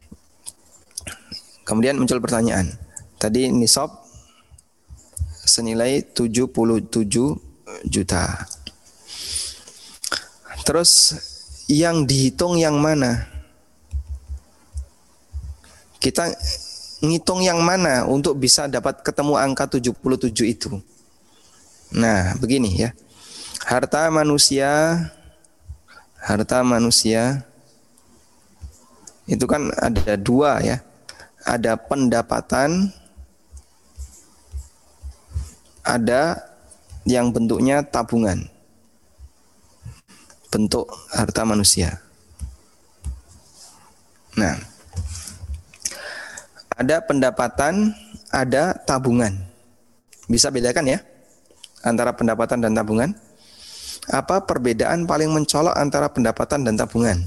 Speaker 3: Kemudian muncul pertanyaan. Tadi nisab senilai tujuh puluh tujuh juta. Terus yang dihitung yang mana? Kita ngitung yang mana untuk bisa dapat ketemu angka tujuh puluh tujuh itu? Nah, begini ya. Harta manusia harta manusia itu kan ada dua ya. Ada pendapatan, ada yang bentuknya tabungan. Bentuk harta manusia. Nah, ada pendapatan, ada tabungan. Bisa bedakan ya antara pendapatan dan tabungan? Apa perbedaan paling mencolok antara pendapatan dan tabungan?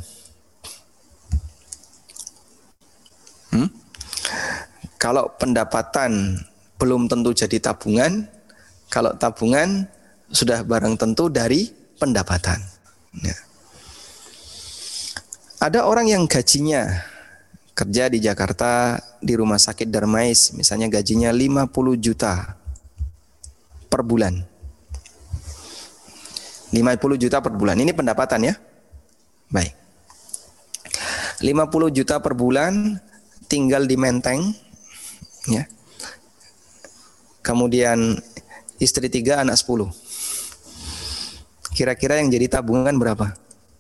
Speaker 3: Hmm? Kalau pendapatan belum tentu jadi tabungan, kalau tabungan sudah barang tentu dari pendapatan. Ya. Ada orang yang gajinya kerja di Jakarta di rumah sakit Darmais, misalnya gajinya lima puluh juta per bulan. lima puluh juta per bulan. Ini pendapatan ya. Baik. lima puluh juta per bulan, tinggal di Menteng ya. Kemudian istri tiga, anak sepuluh. Kira-kira yang jadi tabungan berapa?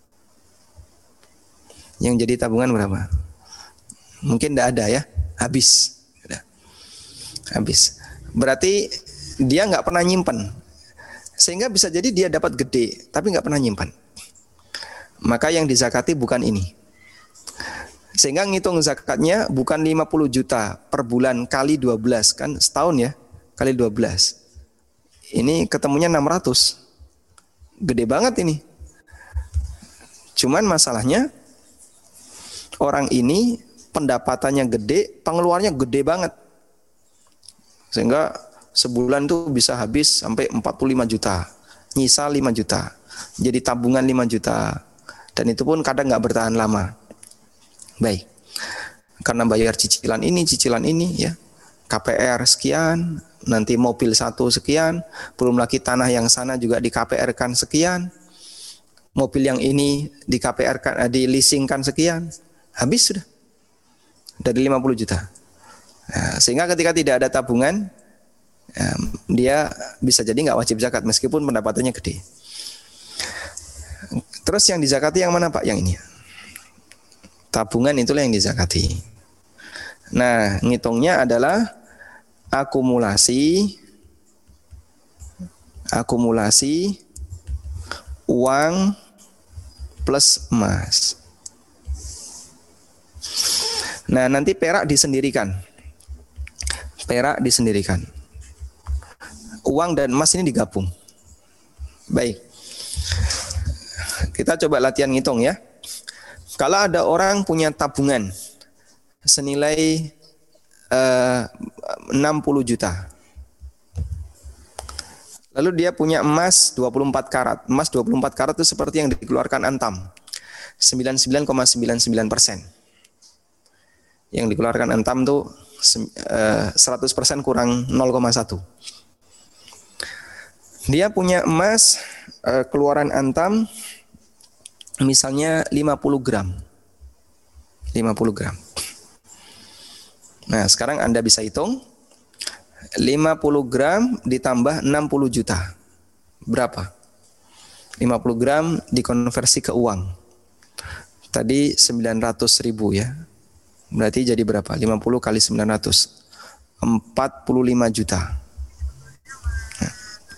Speaker 3: Yang jadi tabungan berapa? Mungkin tidak ada ya, habis. Habis. Berarti dia nggak pernah nyimpen, sehingga bisa jadi dia dapat gede, tapi nggak pernah nyimpan. Maka yang dizakati bukan ini. Sehingga ngitung zakatnya bukan lima puluh juta per bulan kali dua belas, kan setahun ya, kali dua belas. Ini ketemunya enam ratus. Gede banget ini. Cuman masalahnya orang ini pendapatannya gede, pengeluarannya gede banget. Sehingga sebulan tuh bisa habis sampai empat puluh lima juta. Nyisa lima juta. Jadi tabungan lima juta. Dan itu pun kadang nggak bertahan lama. Baik. Karena bayar cicilan ini, cicilan ini ya. K P R sekian, nanti mobil satu sekian, belum lagi tanah yang sana juga di K P R-kan sekian. Mobil yang ini di K P R-kan, di leasingkan sekian. Habis sudah. Dari lima puluh juta. Nah, sehingga ketika tidak ada tabungan, ya, dia bisa jadi nggak wajib zakat meskipun pendapatannya gede. Terus yang dizakati yang mana Pak? Yang ini. Tabungan itulah yang dizakati. Nah, ngitungnya adalah akumulasi akumulasi uang plus emas. Nah, nanti perak disendirikan. Perak disendirikan. Uang dan emas ini digabung. Baik. Kita coba latihan ngitung ya. Kalau ada orang punya tabungan senilai uh, enam puluh juta. Lalu dia punya emas dua puluh empat karat. Emas dua puluh empat karat itu seperti yang dikeluarkan Antam. sembilan puluh sembilan koma sembilan sembilan persen. Yang dikeluarkan Antam tuh uh, seratus persen kurang nol koma satu. Dia punya emas uh, keluaran Antam misalnya lima puluh gram. lima puluh gram. Nah, sekarang Anda bisa hitung lima puluh gram ditambah enam puluh juta. Berapa? lima puluh gram dikonversi ke uang. Tadi sembilan ratus ribu ya. Berarti jadi berapa? lima puluh kali sembilan ratus. empat puluh lima juta. Nah.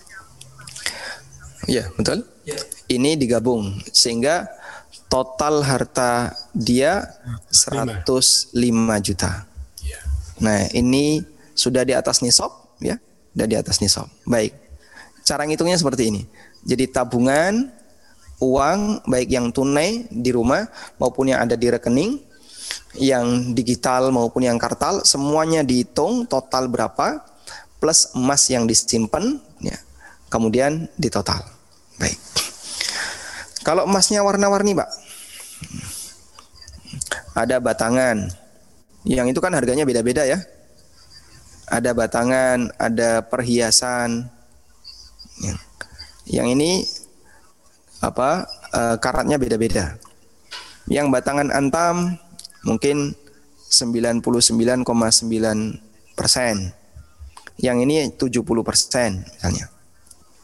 Speaker 3: Ya, betul? Ya. Ini digabung sehingga total harta dia seratus lima juta. Nah, ini sudah di atas nisab ya, sudah di atas nisab. Baik. Cara ngitungnya seperti ini. Jadi tabungan, uang baik yang tunai di rumah maupun yang ada di rekening, yang digital maupun yang kartal, semuanya dihitung total berapa plus emas yang disimpan ya. Kemudian ditotal. Baik. Kalau emasnya warna-warni, Pak. Ada batangan. Yang itu kan harganya beda-beda ya. Ada batangan, ada perhiasan. Yang ini apa? E, karatnya beda-beda. Yang batangan Antam mungkin sembilan puluh sembilan koma sembilan persen. Yang ini tujuh puluh persen misalnya.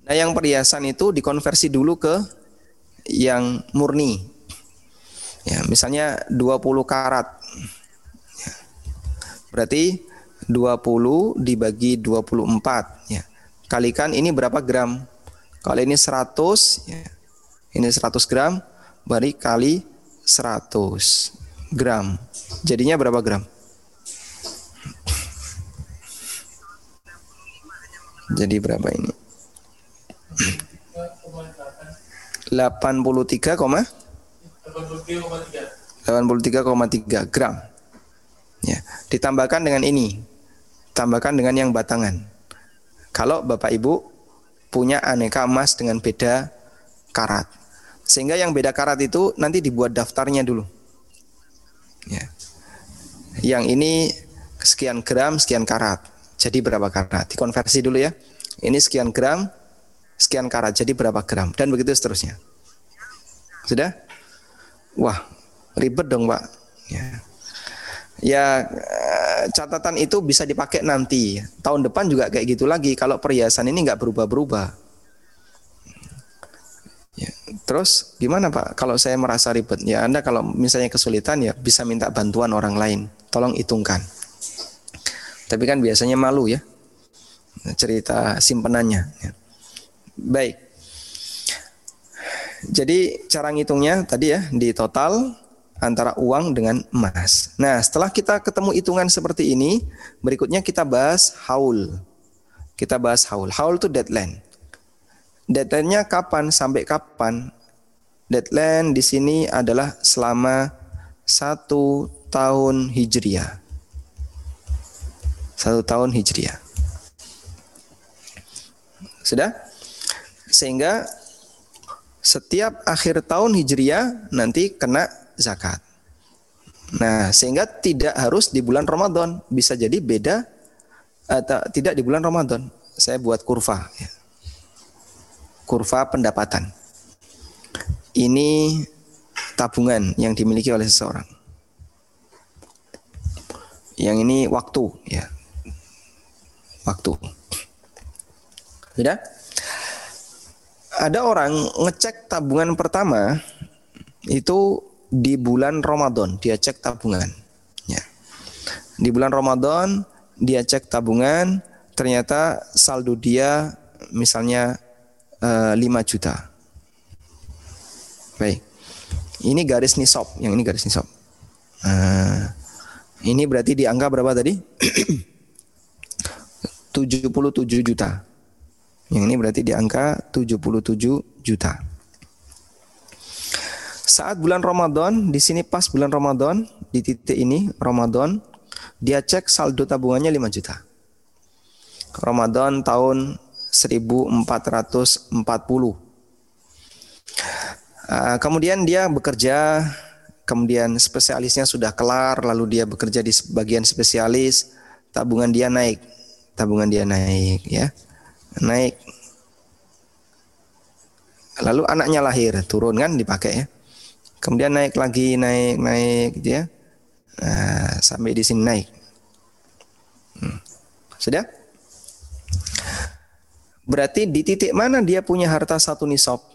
Speaker 3: Nah, yang perhiasan itu dikonversi dulu ke yang murni. Ya, misalnya dua puluh karat. Ya. Berarti dua puluh dibagi dua puluh empat, ya. Kalikan ini berapa gram? Kalau ini seratus, ya. Ini seratus gram, berarti kali seratus gram. Jadinya berapa gram? Jadi berapa ini? delapan puluh tiga koma tiga gram. Ya, ditambahkan dengan ini. Tambahkan dengan yang batangan. Kalau Bapak Ibu punya aneka emas dengan beda karat. Sehingga yang beda karat itu nanti dibuat daftarnya dulu. Ya. Yang ini sekian gram, sekian karat. Jadi berapa karat? Dikonversi dulu ya. Ini sekian gram, sekian karat. Jadi berapa gram? Dan begitu seterusnya. Sudah? Wah, ribet dong, Pak. Ya. Ya, catatan itu bisa dipakai nanti. Tahun depan juga kayak gitu lagi. Kalau perhiasan ini nggak berubah-berubah. Ya. Terus gimana Pak? Kalau saya merasa ribet, ya Anda kalau misalnya kesulitan ya bisa minta bantuan orang lain. Tolong hitungkan. Tapi kan biasanya malu ya cerita simpenannya. Ya. Baik. Jadi cara ngitungnya tadi ya di total antara uang dengan emas. Nah, setelah kita ketemu hitungan seperti ini, berikutnya kita bahas haul. Kita bahas haul. Haul itu deadline. Deadline-nya kapan sampai kapan? Deadline di sini adalah selama satu tahun hijriah. Satu tahun hijriah. Sudah? Sehingga setiap akhir tahun hijriah nanti kena zakat. Nah, sehingga tidak harus di bulan Ramadan, bisa jadi beda atau tidak di bulan Ramadan. Saya buat kurva ya. Kurva pendapatan. Ini tabungan yang dimiliki oleh seseorang. Yang ini waktu ya. Waktu. Sudah? Ada orang ngecek tabungan pertama itu di bulan Ramadan, dia cek tabungan. Ya. Di bulan Ramadan dia cek tabungan, ternyata saldo dia misalnya uh, lima juta. Baik. Ini garis nisab, yang ini garis nisab. Uh, ini berarti di angka berapa tadi? tujuh puluh tujuh juta. Yang ini berarti di angka tujuh puluh tujuh juta. Saat bulan Ramadan, di sini pas bulan Ramadan, di titik ini Ramadan, dia cek saldo tabungannya lima juta. Ramadan tahun seribu empat ratus empat puluh. Uh, kemudian dia bekerja, kemudian spesialisnya sudah kelar, lalu dia bekerja di bagian spesialis, tabungan dia naik, tabungan dia naik, ya, naik. Lalu anaknya lahir, turun kan dipakai ya. Kemudian naik lagi, naik, naik, gitu ya. Nah, sampai di sini naik. Hmm. Sudah? Berarti di titik mana dia punya harta satu nisab?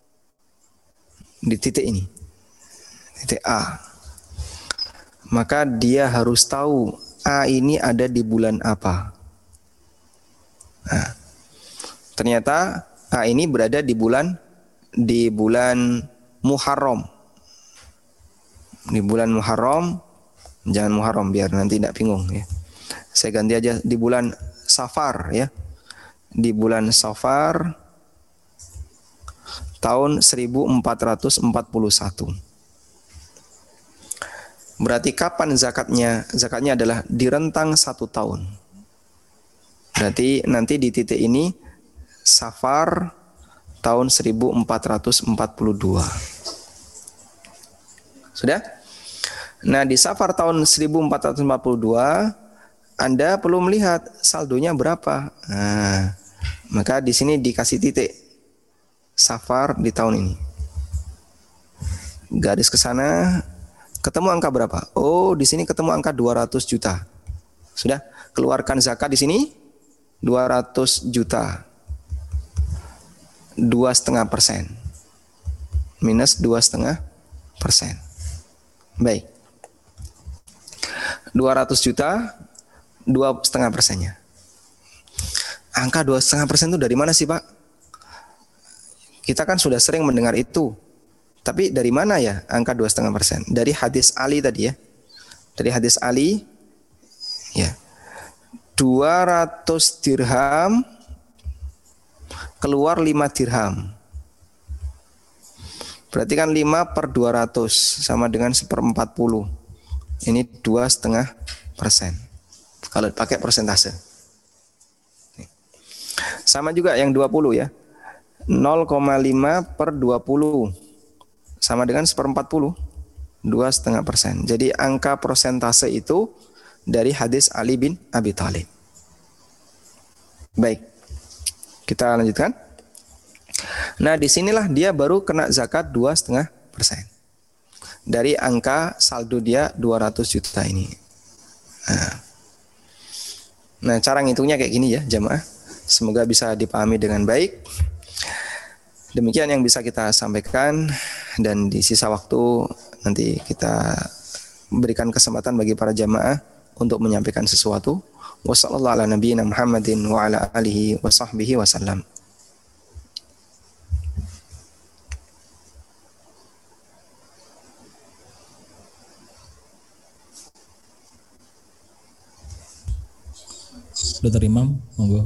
Speaker 3: Di titik ini. Titik A. Maka dia harus tahu A ini ada di bulan apa. Nah, ternyata A ini berada di bulan di bulan Muharram. Di bulan Muharram, jangan Muharram biar nanti tidak bingung ya. Saya ganti aja di bulan Safar ya. Di bulan Safar tahun seribu empat ratus empat puluh satu. Berarti kapan zakatnya? Zakatnya adalah di rentang satu tahun. Berarti nanti di titik ini Safar tahun seribu empat ratus empat puluh dua. Sudah? Nah, di Safar tahun seribu empat ratus empat puluh dua Anda perlu melihat saldonya berapa. Nah, maka di sini dikasih titik Safar di tahun ini. Garis ke sana, ketemu angka berapa? Oh, di sini ketemu angka dua ratus juta. Sudah? Keluarkan zakat di sini dua ratus juta. dua setengah persen. Minus dua setengah persen. Baik. dua ratus juta, dua setengah persennya. Angka dua setengah persen itu dari mana sih, Pak? Kita kan sudah sering mendengar itu. Tapi dari mana ya angka dua setengah persen? Dari hadis Ali tadi ya. Dari hadis Ali, ya. dua ratus dirham keluar lima dirham. Berarti kan lima per dua ratus sama dengan seperempat puluh. Ini dua setengah persen. Kalau pakai persentase. Sama juga yang dua puluh ya. nol koma lima per dua puluh sama dengan seperempat puluh. Dua setengah persen. Jadi angka persentase itu dari hadis Ali bin Abi Thalib. Baik. Kita lanjutkan. Nah, disinilah dia baru kena zakat dua setengah persen dari angka saldo dia dua ratus juta ini. Nah, nah, cara ngitungnya kayak gini ya, jamaah. Semoga bisa dipahami dengan baik. Demikian yang bisa kita sampaikan, dan di sisa waktu nanti kita berikan kesempatan bagi para jamaah untuk menyampaikan sesuatu. Wassallallahu ala nabiyina Muhammadin wa ala alihi wa sahbihi wasallam.
Speaker 1: Dokter Imam, monggo.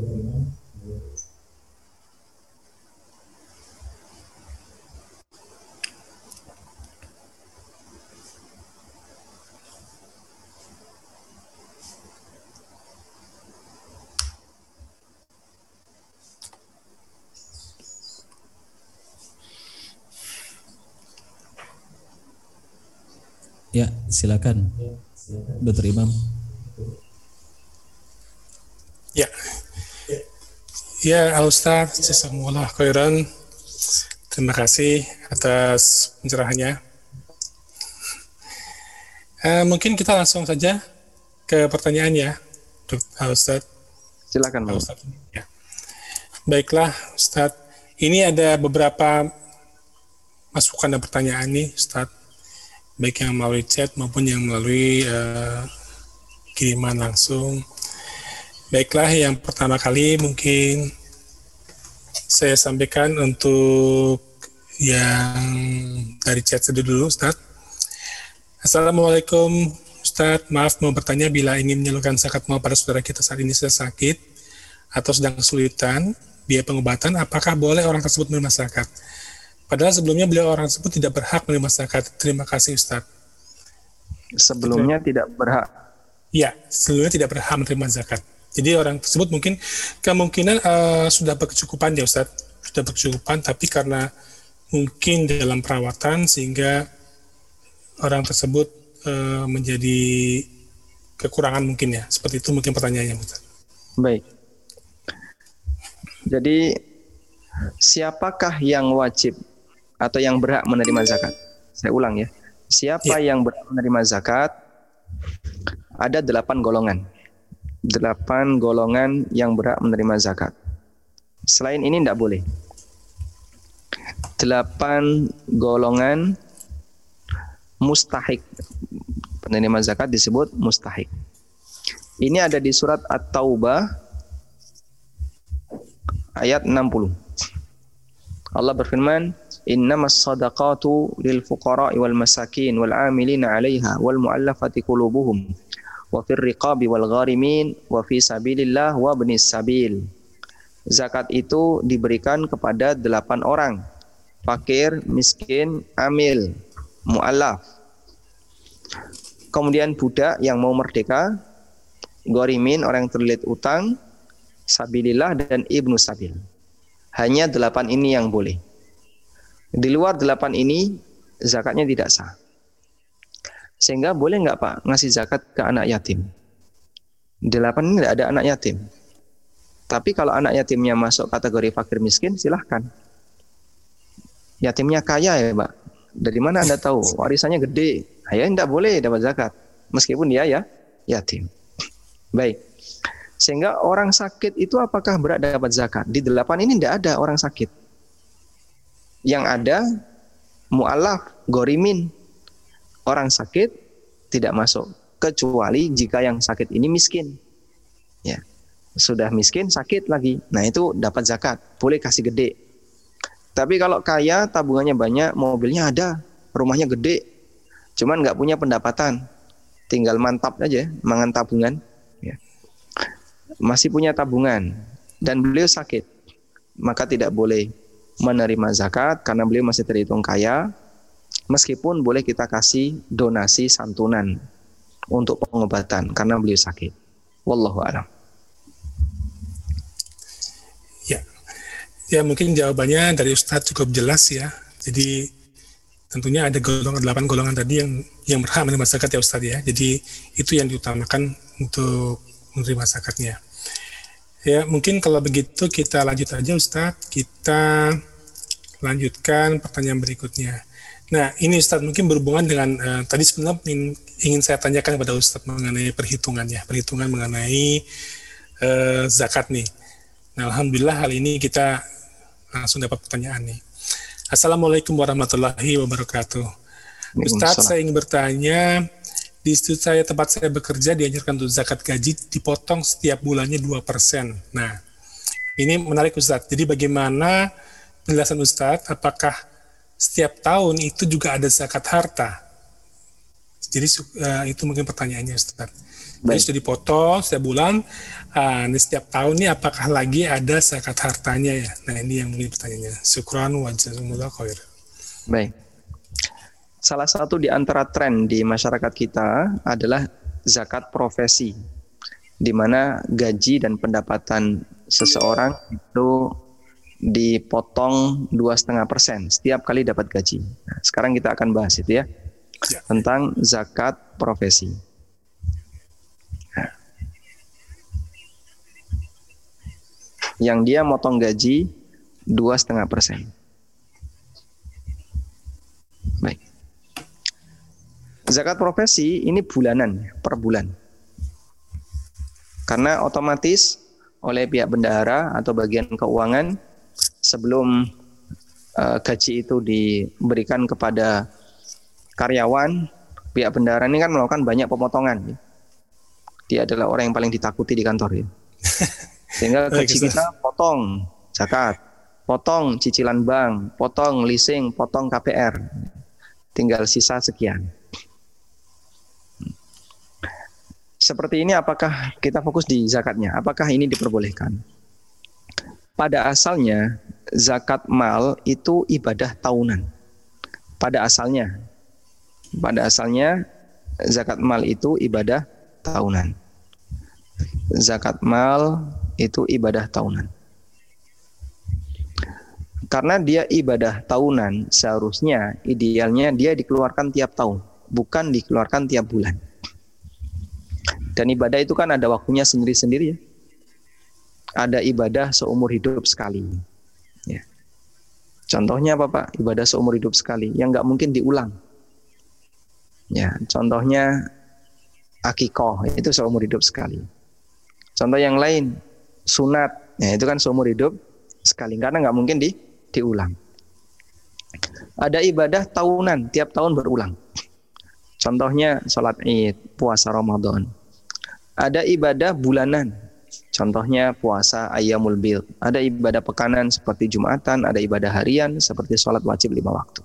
Speaker 1: Ya, silakan, Dokter Imam.
Speaker 2: Ya, ya Al-Ustaz, jazakumullah khairan. Terima kasih atas pencerahannya. Uh, mungkin kita langsung saja ke pertanyaan ya, Al-Ustaz.
Speaker 3: Silakan,
Speaker 2: Al-Ustaz. Ya. Baiklah, Ustaz. Ini ada beberapa masukan dan pertanyaan nih, Ustaz. Baik yang melalui chat maupun yang melalui uh, kiriman langsung. Baiklah, yang pertama kali mungkin saya sampaikan untuk yang dari chat dulu, Ustaz. Assalamualaikum, Ustaz. Maaf mau bertanya, bila ingin menyalurkan zakat mal pada saudara kita saat ini sedang sakit atau sedang kesulitan biaya pengobatan, apakah boleh orang tersebut menerima zakat? Padahal sebelumnya beliau orang tersebut tidak berhak menerima zakat. Terima kasih, Ustaz.
Speaker 3: Sebelumnya tidak berhak?
Speaker 2: Ya, sebelumnya tidak berhak menerima zakat. Jadi orang tersebut mungkin kemungkinan uh, sudah berkecukupan ya Ustaz, sudah berkecukupan, tapi karena mungkin dalam perawatan sehingga orang tersebut uh, menjadi kekurangan mungkin ya. Seperti itu mungkin pertanyaannya Ustaz.
Speaker 3: Baik. Jadi siapakah yang wajib atau yang berhak menerima zakat? Saya ulang ya. Siapa ya. yang berhak menerima zakat? Ada delapan golongan. Delapan golongan yang berhak menerima zakat. Selain ini tidak boleh. Delapan golongan mustahik. Penerima zakat disebut mustahik. Ini ada di surat At-Taubah ayat enam puluh. Allah berfirman, "Innamas shadaqatu lil fuqara'i wal masakin wal 'amilina 'alaiha wal mu'allafati qulubuhum wa fir riqabi wal gharimin wa fi sabilillah wa ibnis sabil." Zakat itu diberikan kepada delapan orang: fakir, miskin, amil, mu'allaf, kemudian budak yang mau merdeka, gharimin orang yang terlilit utang, sabilillah, dan ibnu sabil. Hanya delapan ini yang boleh. Di luar delapan ini zakatnya tidak sah. Sehingga boleh nggak Pak ngasih zakat ke anak yatim? Delapan ini tidak ada anak yatim. Tapi kalau anak yatimnya masuk kategori fakir miskin, silahkan. Yatimnya kaya ya Pak. Dari mana Anda tahu? Warisannya gede. Ya tidak boleh dapat zakat. Meskipun dia ya yatim. Baik. Sehingga orang sakit itu apakah berhak dapat zakat? Di delapan ini tidak ada orang sakit. Yang ada mu'allaf, gorimin, orang sakit tidak masuk, kecuali jika yang sakit ini miskin. Ya, sudah miskin sakit lagi, nah itu dapat zakat, boleh kasih gede. Tapi kalau kaya, tabungannya banyak, mobilnya ada, rumahnya gede, cuman nggak punya pendapatan, tinggal mantap aja, mangan tabungan, ya. Masih punya tabungan dan beliau sakit, maka tidak boleh menerima zakat karena beliau masih terhitung kaya, meskipun boleh kita kasih donasi santunan untuk pengobatan karena beliau sakit. Wallahu a'lam.
Speaker 2: Ya, ya mungkin jawabannya dari Ustadz cukup jelas ya. Jadi tentunya ada golongan delapan golongan tadi yang yang berhak menerima zakat ya Ustadz ya. Jadi itu yang diutamakan untuk menerima zakatnya. Ya mungkin kalau begitu kita lanjut aja Ustadz. Kita lanjutkan pertanyaan berikutnya. Nah ini Ustadz mungkin berhubungan dengan uh, tadi sebenarnya ingin, ingin saya tanyakan kepada Ustadz mengenai perhitungannya, perhitungan mengenai uh, zakat nih. Nah alhamdulillah hal ini kita langsung dapat pertanyaan nih. Assalamualaikum warahmatullahi wabarakatuh. Ustadz saya ingin bertanya, di institut saya tempat saya bekerja diajarkan untuk zakat gaji dipotong setiap bulannya dua persen. Nah ini menarik Ustadz. Jadi bagaimana penjelasan Ustadz, apakah setiap tahun itu juga ada zakat harta? Jadi uh, itu mungkin pertanyaannya Ustadz. Jadi sudah dipotong setiap bulan, uh, di setiap tahun ini apakah lagi ada zakat hartanya ya? Nah ini yang mungkin pertanyaannya. Syukran wa jazakumullah khair.
Speaker 3: Baik. Salah satu di antara tren di masyarakat kita adalah zakat profesi, di mana gaji dan pendapatan seseorang itu dipotong dua setengah persen setiap kali dapat gaji. Nah, sekarang kita akan bahas itu ya, ya. Tentang zakat profesi. Nah. Yang dia motong gaji dua setengah persen. Baik. Zakat profesi ini bulanan, per bulan. Karena otomatis oleh pihak bendahara atau bagian keuangan sebelum uh, gaji itu diberikan kepada karyawan, pihak bendahara ini kan melakukan banyak pemotongan. Ya. Dia adalah orang yang paling ditakuti di kantor. Ya. Sehingga gaji kita potong zakat, potong cicilan bank, potong leasing, potong K P R. Tinggal sisa sekian. Seperti ini apakah kita fokus di zakatnya? Apakah ini diperbolehkan? Pada asalnya zakat mal itu ibadah tahunan. Pada asalnya, pada asalnya zakat mal itu ibadah tahunan. Zakat mal itu ibadah tahunan. Karena dia ibadah tahunan, seharusnya idealnya dia dikeluarkan tiap tahun, bukan dikeluarkan tiap bulan. Dan ibadah itu kan ada waktunya sendiri-sendiri ya. Ada ibadah seumur hidup sekali. Ya. Contohnya apa Pak? Ibadah seumur hidup sekali yang nggak mungkin diulang. Ya, contohnya akikoh itu seumur hidup sekali. Contoh yang lain sunat, ya itu kan seumur hidup sekali karena nggak mungkin di, diulang. Ada ibadah tahunan, tiap tahun berulang. Contohnya sholat Id, puasa Ramadan. Ada ibadah bulanan, contohnya puasa Ayyamul Bid. Ada ibadah pekanan seperti Jumatan, ada ibadah harian seperti sholat wajib lima waktu.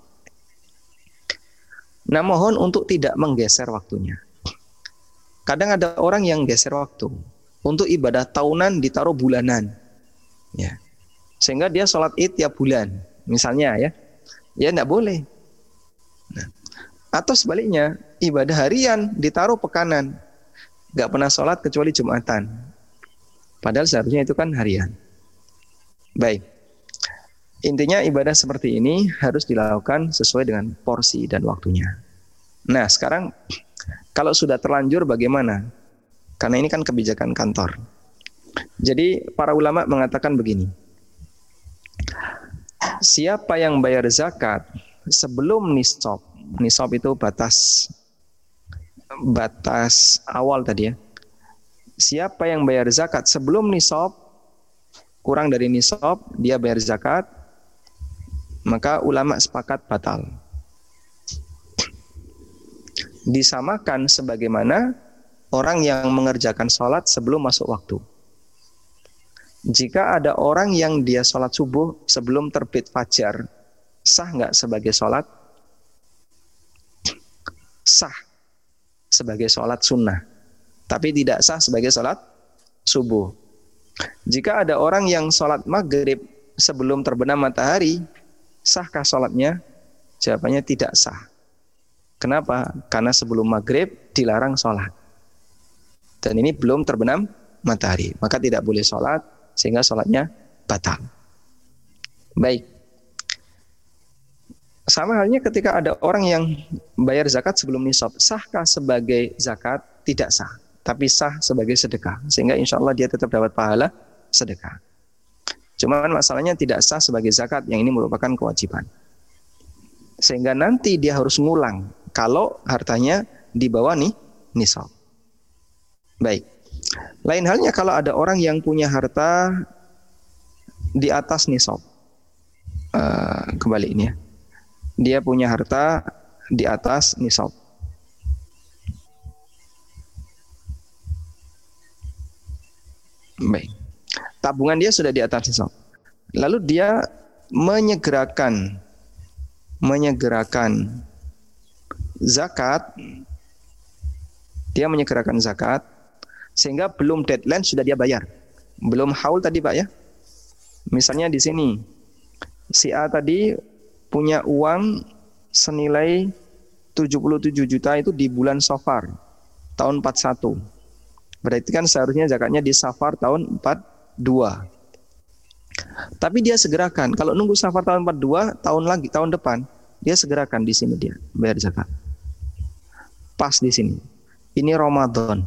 Speaker 3: Nah, mohon untuk tidak menggeser waktunya. Kadang ada orang yang geser waktu. Untuk ibadah tahunan ditaruh bulanan. Ya. Sehingga dia sholat Id tiap bulan. Misalnya ya. Ya enggak boleh. Nah. Atau sebaliknya, ibadah harian ditaruh pekanan. Enggak pernah sholat kecuali Jumatan. Padahal seharusnya itu kan harian. Baik. Intinya ibadah seperti ini harus dilakukan sesuai dengan porsi dan waktunya. Nah, sekarang kalau sudah terlanjur bagaimana? Karena ini kan kebijakan kantor. Jadi para ulama mengatakan begini. Siapa yang bayar zakat sebelum nisab, nisab itu batas batas awal tadi ya. Siapa yang bayar zakat sebelum nisab, kurang dari nisab, dia bayar zakat, maka ulama sepakat batal. Disamakan sebagaimana orang yang mengerjakan sholat sebelum masuk waktu. Jika ada orang yang dia sholat subuh sebelum terbit fajar, sah nggak sebagai sholat? Sah sebagai sholat sunnah, tapi tidak sah sebagai sholat subuh. Jika ada orang yang sholat maghrib sebelum terbenam matahari, sahkah sholatnya? Jawabannya tidak sah. Kenapa? Karena sebelum maghrib dilarang sholat. Dan ini belum terbenam matahari. Maka tidak boleh sholat, sehingga sholatnya batal. Baik. Sama halnya ketika ada orang yang bayar zakat sebelum nisab. Sahkah sebagai zakat? Tidak sah. Tapi sah sebagai sedekah. Sehingga insya Allah dia tetap dapat pahala sedekah. Cuman masalahnya tidak sah sebagai zakat. Yang ini merupakan kewajiban. Sehingga nanti dia harus ngulang kalau hartanya di bawah nih nisab. Baik. Lain halnya kalau ada orang yang punya harta di atas nisab. Uh, kembali ini ya. Dia punya harta di atas nisab. Baik. Tabungan dia sudah di atas nisab. Lalu dia menyegerakan menyegerakan zakat, dia menyegerakan zakat sehingga belum deadline sudah dia bayar, belum haul tadi Pak ya. Misalnya di sini si A tadi punya uang senilai tujuh puluh tujuh juta itu di bulan Safar tahun empat puluh satu. Berarti kan seharusnya zakatnya di Safar tahun empat puluh dua. Tapi dia segerakan, kalau nunggu Safar tahun empat puluh dua, tahun lagi tahun depan dia segerakan di sini dia bayar zakat. Pas di sini. Ini Ramadan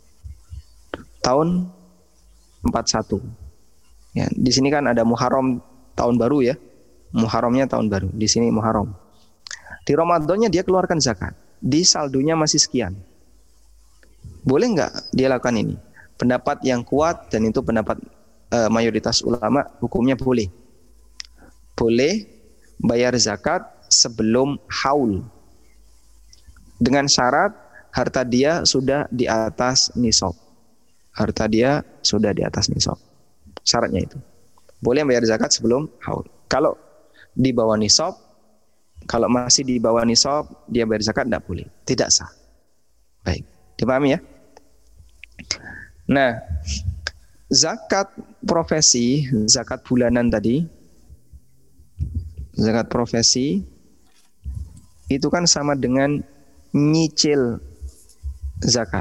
Speaker 3: tahun empat puluh satu. Ya, di sini kan ada Muharram tahun baru ya. Muharramnya tahun baru. Di sini Muharram. Di Ramadannya dia keluarkan zakat. Di saldonya masih sekian. Boleh nggak dia lakukan ini? Pendapat yang kuat dan itu pendapat uh, mayoritas ulama, hukumnya boleh. Boleh bayar zakat sebelum haul. Dengan syarat harta dia sudah di atas nisab. Harta dia sudah di atas nisab. Syaratnya itu. Boleh bayar zakat sebelum haul. Kalau di bawah nisab, kalau masih di bawah nisab, dia bayar zakat tidak boleh. Tidak sah. Baik. Dipahami ya? Nah, zakat profesi, zakat bulanan tadi, zakat profesi, itu kan sama dengan nyicil zakat.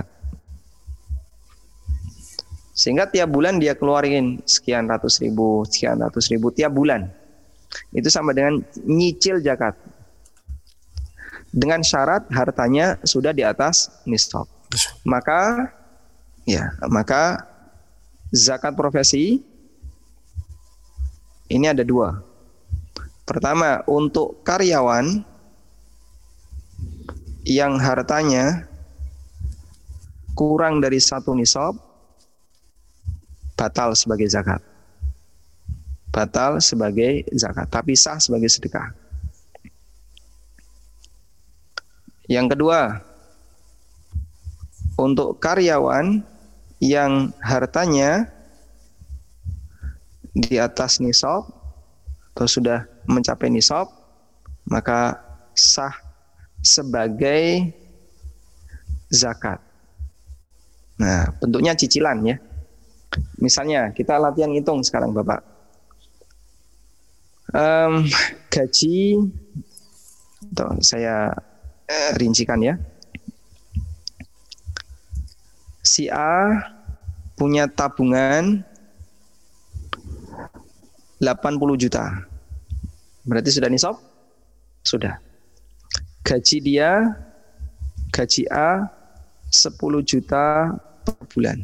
Speaker 3: Sehingga tiap bulan dia keluarin sekian ratus ribu, sekian ratus ribu tiap bulan. Itu sama dengan nyicil zakat. Dengan syarat hartanya sudah di atas nisab. Maka ya, maka zakat profesi ini ada dua. Pertama, untuk karyawan yang hartanya kurang dari satu nisab, batal sebagai zakat. Batal sebagai zakat, tapi sah sebagai sedekah. Yang kedua, untuk karyawan yang hartanya di atas nisab atau sudah mencapai nisab, maka sah sebagai zakat. Nah, bentuknya cicilan ya. Misalnya kita latihan hitung sekarang Bapak. Um, gaji, tuh, saya eh, rincikan ya. Si A punya tabungan delapan puluh juta. Berarti sudah nisab? Sudah. Gaji dia, gaji A sepuluh juta per bulan.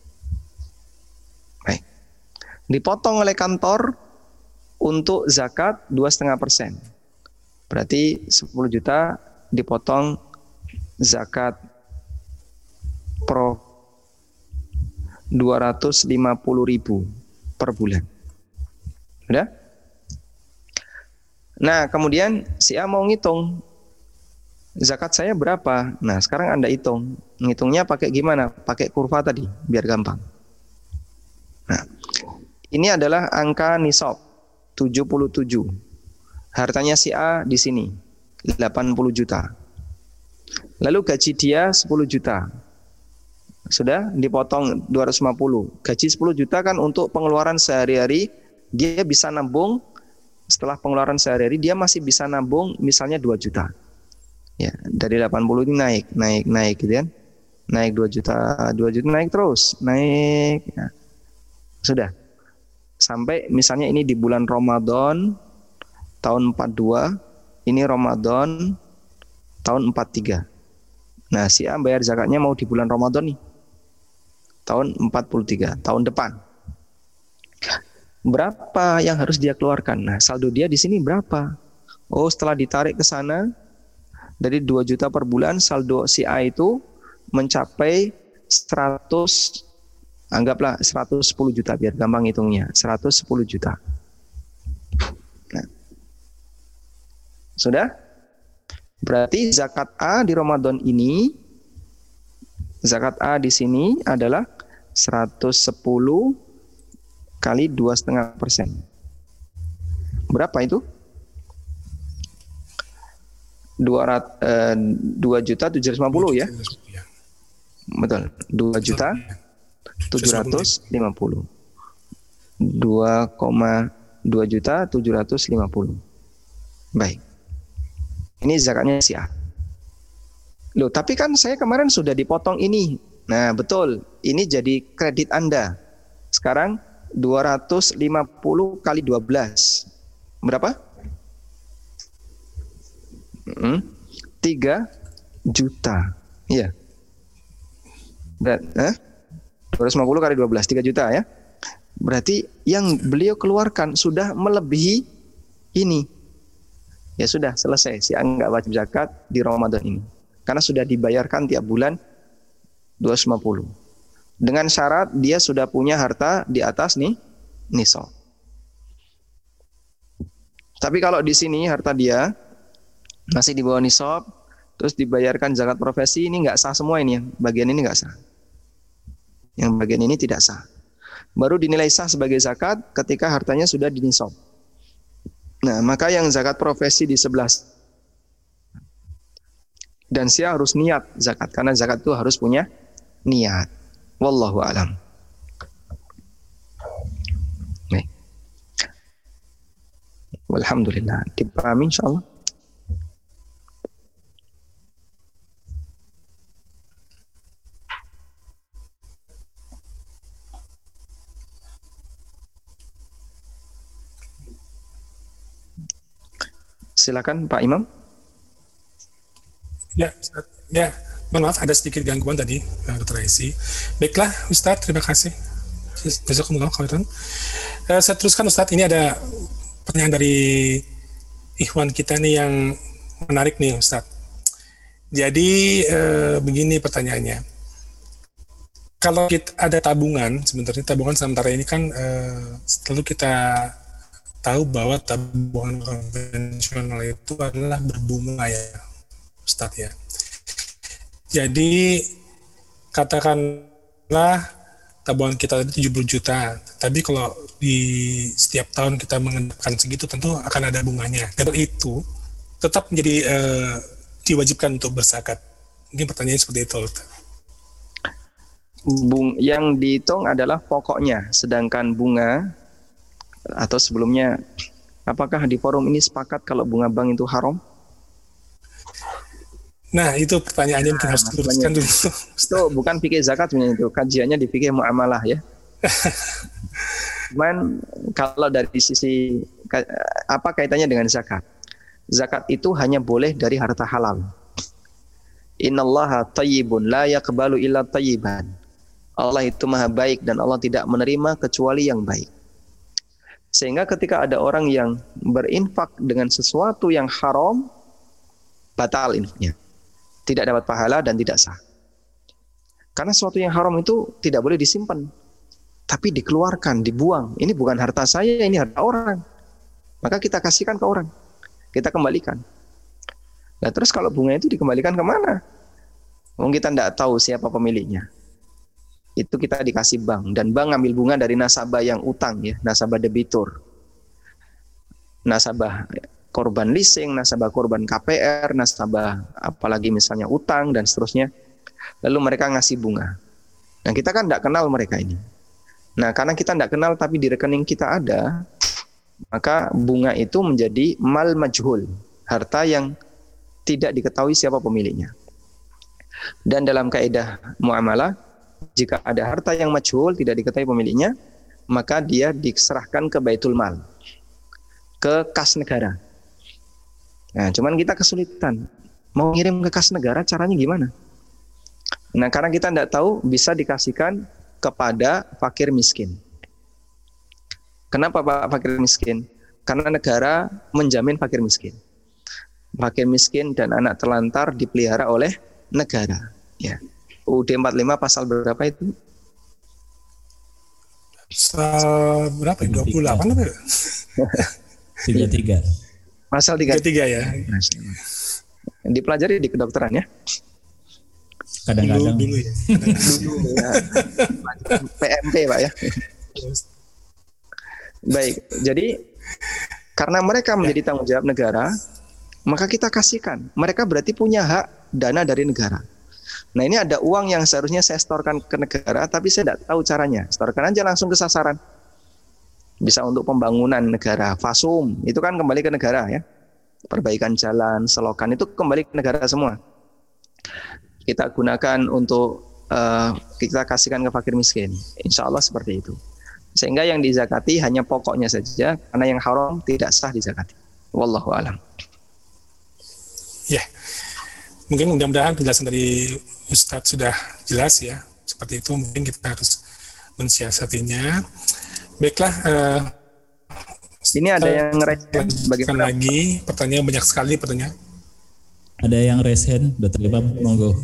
Speaker 3: Baik. Dipotong oleh kantor untuk zakat dua koma lima persen. Berarti sepuluh juta dipotong zakat pro dua ratus lima puluh ribu per bulan. Udah? Nah, kemudian si A mau ngitung zakat saya berapa. Nah, sekarang Anda hitung. Ngitungnya pakai gimana? Pakai kurva tadi, biar gampang. Nah, ini adalah angka nisab tujuh puluh tujuh. Hartanya si A di sini delapan puluh juta. Lalu gaji dia sepuluh juta. Sudah dipotong dua ratus lima puluh. Gaji sepuluh juta kan untuk pengeluaran sehari-hari, dia bisa nabung. Setelah pengeluaran sehari-hari dia masih bisa nabung misalnya dua juta. Ya, dari delapan puluh ini naik, naik, naik gitu kan. Naik dua juta, dua juta naik terus, naik. Ya. Sudah. Sampai misalnya ini di bulan Ramadan tahun empat puluh dua, ini Ramadan tahun empat puluh tiga. Nah, si A bayar zakatnya mau di bulan Ramadan nih. Tahun empat puluh tiga, tahun depan. Berapa yang harus dia keluarkan? Nah, saldo dia di sini berapa? Oh, setelah ditarik ke sana dari dua juta per bulan, saldo si A itu mencapai seratus, anggaplah seratus sepuluh juta biar gampang hitungnya, seratus sepuluh juta. Nah. Sudah? Berarti zakat A di Ramadan ini, zakat A di sini adalah seratus sepuluh kali dua koma lima persen. Berapa itu? dua juta tujuh ratus lima puluh ya? Betul. dua juta tujuh ratus lima puluh. dua koma dua juta tujuh ratus lima puluh. Baik. Ini zakatnya si A. Loh, tapi kan saya kemarin sudah dipotong ini. Nah, betul. Ini jadi kredit Anda. Sekarang dua ratus lima puluh kali dua belas. Berapa? Hmm, tiga juta. Iya. Berat, eh? dua ratus lima puluh kali dua belas, tiga juta ya. Berarti yang beliau keluarkan sudah melebihi ini. Ya sudah, selesai. Si A enggak wajib zakat di Ramadan ini. Karena sudah dibayarkan tiap bulan dua ratus lima puluh. Dengan syarat dia sudah punya harta di atas nih nisab. Tapi kalau di sini harta dia masih di bawah nisab, terus dibayarkan zakat profesi, ini nggak sah semua ini. Bagian ini nggak sah. Yang bagian ini tidak sah. Baru dinilai sah sebagai zakat ketika hartanya sudah di nisab. Nah, maka yang zakat profesi di sebelah dan dia harus niat zakat, karena zakat itu harus punya niat. Wallahu a'lam. Baik. Alhamdulillah. Dipahami insyaallah. Silakan Pak Imam.
Speaker 2: Ya, ya. Mohon maaf ada sedikit gangguan tadi, Dokter Aisy. Baiklah, Ustadz, terima kasih. Jazakumullah khairan. Uh, saya teruskan Ustadz, ini ada pertanyaan dari ikhwan kita nih yang menarik nih Ustadz. Jadi uh, begini pertanyaannya. Kalau kita ada tabungan, sebenarnya tabungan sementara ini kan uh, selalu kita tahu bahwa tabungan konvensional itu adalah berbunga ya, Ustadz ya. Jadi katakanlah tabungan kita tujuh puluh juta, tapi kalau di setiap tahun kita mengendapkan segitu tentu akan ada bunganya. Dan itu tetap menjadi eh, diwajibkan untuk berzakat. Mungkin pertanyaannya seperti itu.
Speaker 3: Bung, yang dihitung adalah pokoknya, sedangkan bunga atau sebelumnya, apakah di forum ini sepakat kalau bunga bank itu haram?
Speaker 2: Nah, itu pertanyaannya mungkin harus diluruskan dulu.
Speaker 3: Itu bukan fikih zakat sebenarnya, itu kajiannya di fikih muamalah ya. Cuman kalau dari sisi apa kaitannya dengan zakat? Zakat itu hanya boleh dari harta halal. Innallaha thayyibun la yaqbalu illa thayyiban. Allah itu maha baik dan Allah tidak menerima kecuali yang baik. Sehingga ketika ada orang yang berinfak dengan sesuatu yang haram, batal infaknya. Tidak dapat pahala dan tidak sah. Karena sesuatu yang haram itu tidak boleh disimpan, tapi dikeluarkan, dibuang. Ini bukan harta saya, ini harta orang. Maka kita kasihkan ke orang. kita kembalikan. Nah terus kalau bunga itu dikembalikan kemana? Wong kita tidak tahu siapa pemiliknya. Itu kita dikasih bank, dan bank ngambil bunga dari nasabah yang utang ya, nasabah debitur, nasabah korban leasing, nasabah korban K P R, nasabah apalagi misalnya utang dan seterusnya. Lalu mereka ngasih bunga. Nah kita kan tidak kenal mereka ini. Nah karena kita tidak kenal tapi di rekening kita ada, maka bunga itu menjadi mal majhul, harta yang tidak diketahui siapa pemiliknya. Dan dalam kaidah muamalah, jika ada harta yang majhul tidak diketahui pemiliknya, maka dia diserahkan ke baitul mal, ke kas negara. Nah cuman kita kesulitan mau ngirim ke kas negara, caranya gimana? Nah karena kita tidak tahu, bisa dikasihkan kepada fakir miskin. Kenapa Pak fakir miskin? Karena negara menjamin fakir miskin. Fakir miskin dan anak terlantar dipelihara oleh negara. Ya. U U D empat puluh lima pasal berapa itu?
Speaker 2: Pasal berapa? dua puluh delapan apa ya?
Speaker 1: tiga puluh tiga.
Speaker 2: Pasal tiga puluh tiga ya.
Speaker 3: Dipelajari di kedokteran ya.
Speaker 1: Kadang-kadang
Speaker 2: dulu, dulu ya.
Speaker 3: Dulu ya. P M P Pak ya. Baik, jadi karena mereka menjadi tanggung jawab negara, maka kita kasihkan. Mereka berarti punya hak dana dari negara. Nah ini ada uang yang seharusnya saya setorkan ke negara, tapi saya tidak tahu caranya. Setorkan aja langsung ke sasaran. Bisa untuk pembangunan negara, fasum, itu kan kembali ke negara ya. Perbaikan jalan, selokan, itu kembali ke negara semua. Kita gunakan untuk uh, kita kasihkan ke fakir miskin. Insya Allah seperti itu. Sehingga yang dizakati hanya pokoknya saja, karena yang haram tidak sah dizakati. Wallahu a'lam.
Speaker 2: Ya, mungkin mudah-mudahan penjelasan dari Ustadz sudah jelas ya. Seperti itu mungkin kita harus mensiasatinya. Baiklah. Uh,
Speaker 3: Ini ada yang ngerespon bagaimana
Speaker 2: lagi? Pertanyaan banyak sekali pertanyaan.
Speaker 1: Ada yang raise hand, Dokter Imam, monggo.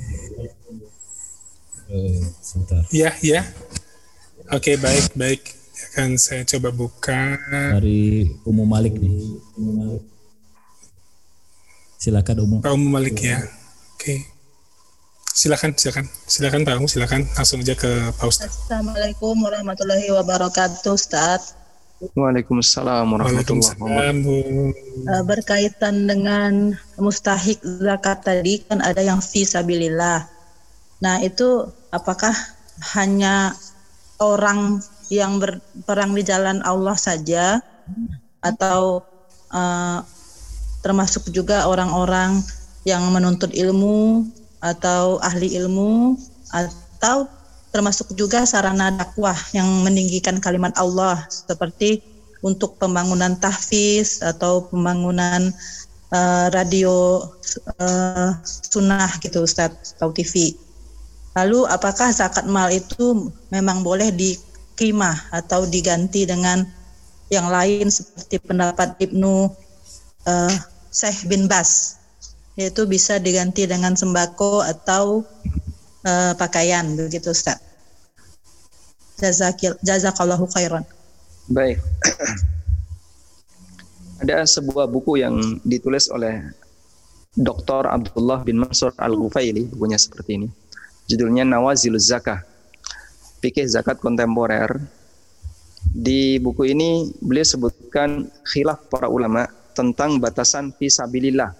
Speaker 1: Uh, sebentar.
Speaker 2: Iya, iya. Oke, baik, baik. Akan saya coba buka.
Speaker 1: Dari Umu Malik nih. Umu Malik. Silakan Umu.
Speaker 2: Pak Umu Malik ya. Oke. Silakan, silakan. Silakan Pak Umu, silakan. Langsung aja ke Pak Ustaz.
Speaker 4: Assalamualaikum warahmatullahi wabarakatuh, Ustaz.
Speaker 3: Waalaikumsalam warahmatullahi wabarakatuh.
Speaker 4: Berkaitan dengan mustahik zakat tadi kan ada yang fisabilillah. Nah itu apakah hanya orang yang berperang di jalan Allah saja, atau uh, termasuk juga orang-orang yang menuntut ilmu atau ahli ilmu, atau termasuk juga sarana dakwah yang meninggikan kalimat Allah seperti untuk pembangunan tahfiz atau pembangunan uh, radio uh, sunnah gitu Ustaz atau T V. Lalu apakah zakat mal itu memang boleh dikimah atau diganti dengan yang lain seperti pendapat Ibnu uh, Syekh bin Bas, yaitu bisa diganti dengan sembako atau Uh, pakaian begitu Ustaz. Jazakil, jazakallahu khairan.
Speaker 3: Baik. Ada sebuah buku yang ditulis oleh Doktor Abdullah bin Mansur Al-Ghufaili, bukunya seperti ini. Judulnya Nawaziluz Zakah, Fikih Zakat Kontemporer. Di buku ini beliau sebutkan khilaf para ulama tentang batasan fisabilillah.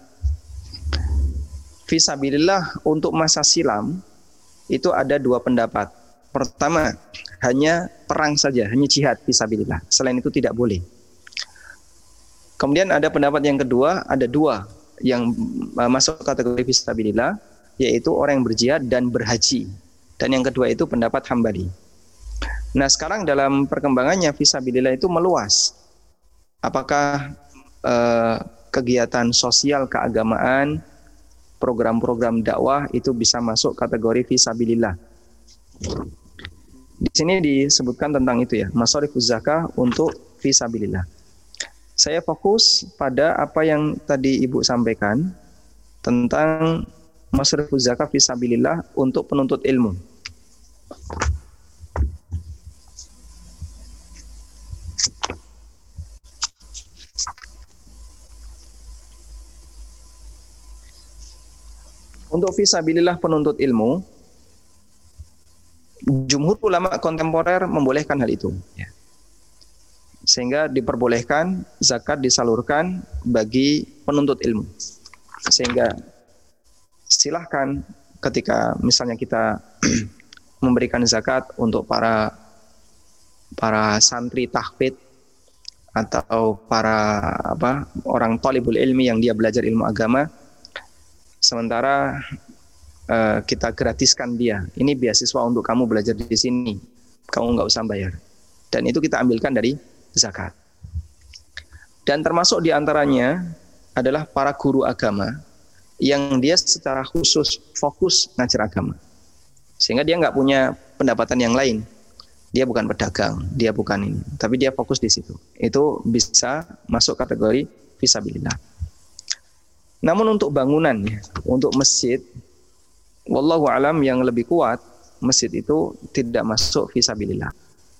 Speaker 3: Fisabilillah untuk masa silam itu ada dua pendapat. Pertama, hanya perang saja, hanya jihad fisabilillah. Selain itu tidak boleh. Kemudian ada pendapat yang kedua, ada dua yang masuk kategori fisabilillah, yaitu orang yang berjihad dan berhaji. Dan yang kedua itu pendapat Hambali. Nah, sekarang dalam perkembangannya fisabilillah itu meluas. Apakah eh, kegiatan sosial keagamaan, program-program dakwah itu bisa masuk kategori fisabilillah. Di sini disebutkan tentang itu ya, masharifuz zakah untuk fisabilillah. Saya fokus pada apa yang tadi Ibu sampaikan tentang masharifuz zakah fisabilillah untuk penuntut ilmu. untuk fisabilillah penuntut ilmu, jumhur ulama kontemporer membolehkan hal itu. Sehingga diperbolehkan zakat disalurkan bagi penuntut ilmu. Sehingga silahkan ketika misalnya kita memberikan zakat untuk para para santri tahfidz atau para apa orang thalibul ilmi yang dia belajar ilmu agama, sementara uh, kita gratiskan dia, ini beasiswa untuk kamu belajar di sini, kamu nggak usah bayar, dan itu kita ambilkan dari zakat. Dan termasuk diantaranya adalah para guru agama yang dia secara khusus fokus ngajar agama, sehingga dia nggak punya pendapatan yang lain. Dia bukan pedagang, dia bukan ini, tapi dia fokus di situ. Itu bisa masuk kategori fisabilillah. Namun untuk bangunan, ya, untuk masjid, wallahu alam yang lebih kuat, masjid itu tidak masuk fisabilillah.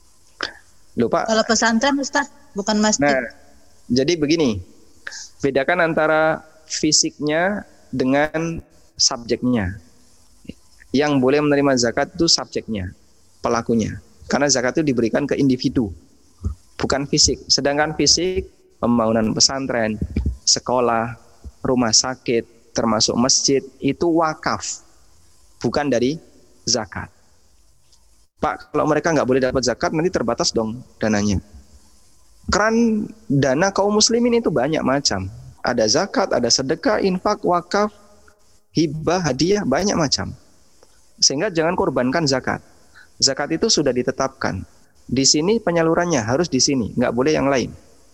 Speaker 3: Lupa. Kalau pesantren Ustaz, bukan masjid. Nah, jadi begini, bedakan antara fisiknya dengan subjeknya. Yang boleh menerima zakat itu subjeknya, pelakunya. Karena zakat itu diberikan ke individu, bukan fisik. Sedangkan fisik, pembangunan pesantren, sekolah, rumah sakit, termasuk masjid, itu wakaf, bukan dari zakat. Pak, kalau mereka nggak boleh dapat zakat, nanti terbatas dong dananya. Keran dana kaum muslimin itu banyak macam. Ada zakat, ada sedekah, infak, wakaf, hibah, hadiah, banyak macam. Sehingga jangan korbankan zakat. Zakat itu sudah ditetapkan. Di sini penyalurannya harus di sini, nggak boleh yang lain.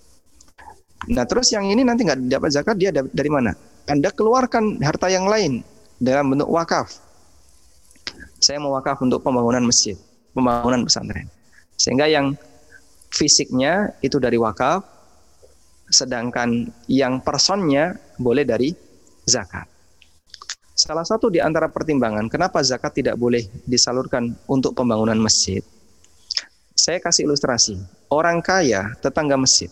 Speaker 3: Nah terus yang ini nanti nggak dapat zakat, dia dari mana? Anda keluarkan harta yang lain dalam bentuk wakaf. Saya mau wakaf untuk pembangunan masjid, pembangunan pesantren. Sehingga yang fisiknya itu dari wakaf, sedangkan yang personnya boleh dari zakat. Salah satu di antara pertimbangan kenapa zakat tidak boleh disalurkan untuk pembangunan masjid, saya kasih ilustrasi. Orang kaya, tetangga masjid,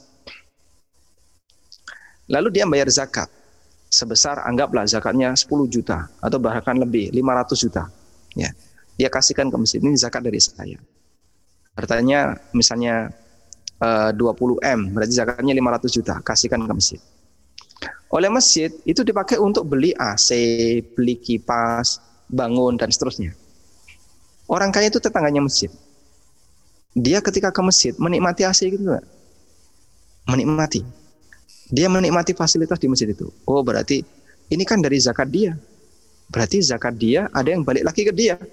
Speaker 3: lalu dia bayar zakat sebesar, anggaplah zakatnya sepuluh juta atau bahkan lebih, lima ratus juta. Ya, dia kasihkan ke masjid, ini zakat dari saya. Hartanya misalnya uh, dua puluh M, berarti zakatnya lima ratus juta, kasihkan ke masjid. Oleh masjid itu dipakai untuk beli A C, beli kipas, bangun dan seterusnya. Orang kaya itu tetangganya masjid. Dia ketika ke masjid menikmati A C gitu enggak? Menikmati. Dia menikmati fasilitas di masjid itu. Oh, berarti ini kan dari zakat dia. Berarti zakat dia ada yang balik lagi ke dia.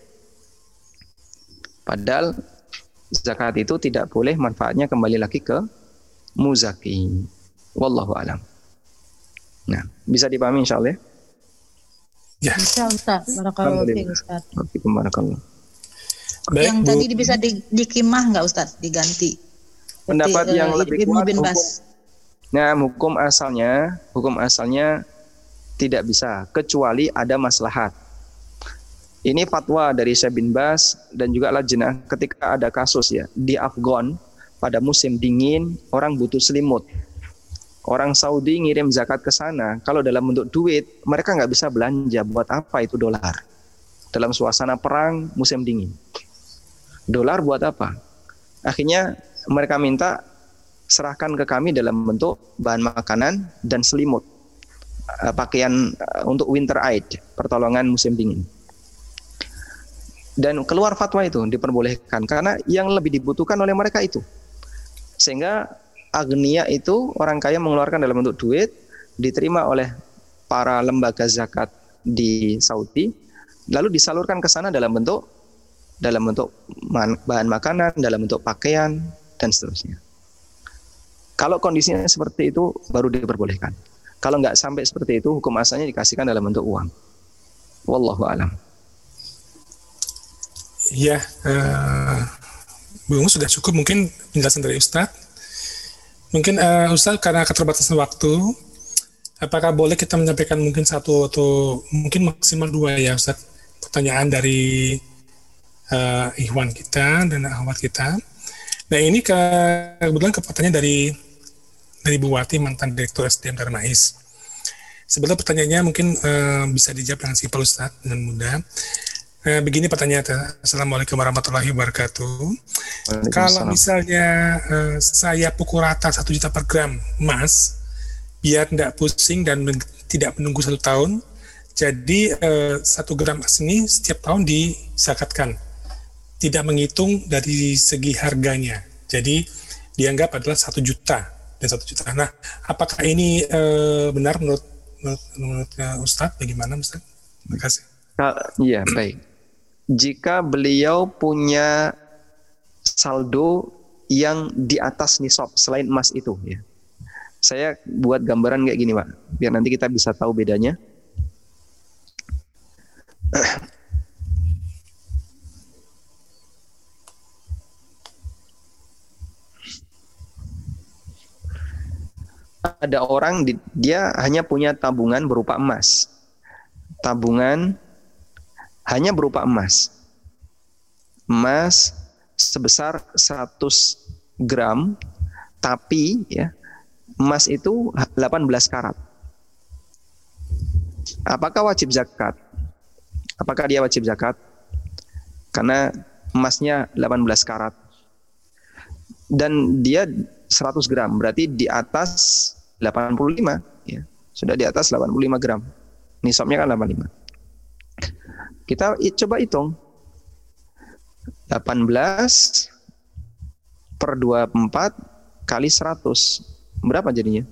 Speaker 3: Padahal zakat itu tidak boleh manfaatnya kembali lagi ke muzaki. Wallahu a'lam. Nah, bisa dipahami insyaallah? Ya. Bisa Ustaz. Barakallahu fiik Ustaz. Barakallahu.
Speaker 2: Baik,
Speaker 4: yang
Speaker 2: Bu.
Speaker 4: tadi bisa di, dikimah nggak Ustaz, diganti?
Speaker 3: Pendapat
Speaker 4: Seperti,
Speaker 3: yang
Speaker 4: uh,
Speaker 3: lebih kuat hukum,
Speaker 4: Bas.
Speaker 3: nah hukum asalnya, hukum asalnya tidak bisa kecuali ada maslahat. Ini fatwa dari Syekh bin Bas dan juga Lajnah ketika ada kasus ya di Afgan pada musim dingin, orang butuh selimut. Orang Saudi ngirim zakat ke sana, kalau dalam bentuk duit, mereka nggak bisa belanja. Buat apa itu dolar? Dalam suasana perang, musim dingin. Dolar buat apa? Akhirnya mereka minta serahkan ke kami dalam bentuk bahan makanan dan selimut. Pakaian untuk winter aid, pertolongan musim dingin. Dan keluar fatwa itu diperbolehkan, karena yang lebih dibutuhkan oleh mereka itu. Sehingga agnia itu orang kaya mengeluarkan dalam bentuk duit, diterima oleh para lembaga zakat di Saudi, lalu disalurkan ke sana dalam bentuk dalam bentuk man, bahan makanan, dalam bentuk pakaian dan seterusnya. Kalau kondisinya seperti itu baru diperbolehkan. Kalau nggak sampai seperti itu, hukum asalnya dikasihkan dalam bentuk uang. Wallahu a'lam.
Speaker 2: Ya, uh, Bung sudah cukup mungkin penjelasan dari Ustadz. Mungkin uh, Ustaz, karena keterbatasan waktu, apakah boleh kita menyampaikan mungkin satu atau mungkin maksimal dua ya Ustaz, pertanyaan dari uh, ikhwan kita dan akhwat kita. Nah ini ke, kebetulan ke pertanyaan dari dari Bu Wati, mantan Direktur S D M Darmais. Sebetulnya pertanyaannya mungkin uh, bisa dijawab dengan simpel Ustaz, dengan mudah. Uh, begini pertanyaan. Assalamualaikum warahmatullahi wabarakatuh. Kalau misalnya uh, saya pukul rata satu juta per gram emas, biar tidak pusing dan men- tidak menunggu satu tahun, jadi uh, satu gram emas ini setiap tahun disakatkan, tidak menghitung dari segi harganya. Jadi dianggap adalah satu juta dan satu juta. Nah, apakah ini uh, benar menurut menurut, menurut uh, Ustadz? Bagaimana Ustadz? Terima kasih.
Speaker 3: Iya, baik. Jika beliau punya saldo yang di atas nisab selain emas itu, ya. Saya buat gambaran kayak gini, Pak, biar nanti kita bisa tahu bedanya. Ada orang dia hanya punya tabungan berupa emas. Tabungan hanya berupa emas. Emas sebesar seratus gram, tapi ya emas itu delapan belas karat. Apakah wajib zakat? Apakah dia wajib zakat? Karena emasnya delapan belas karat. Dan dia seratus gram, berarti di atas delapan puluh lima, ya. Sudah di atas delapan puluh lima gram. Nisabnya kan delapan puluh lima. Kita coba hitung. delapan belas per dua puluh empat kali seratus. Berapa jadinya?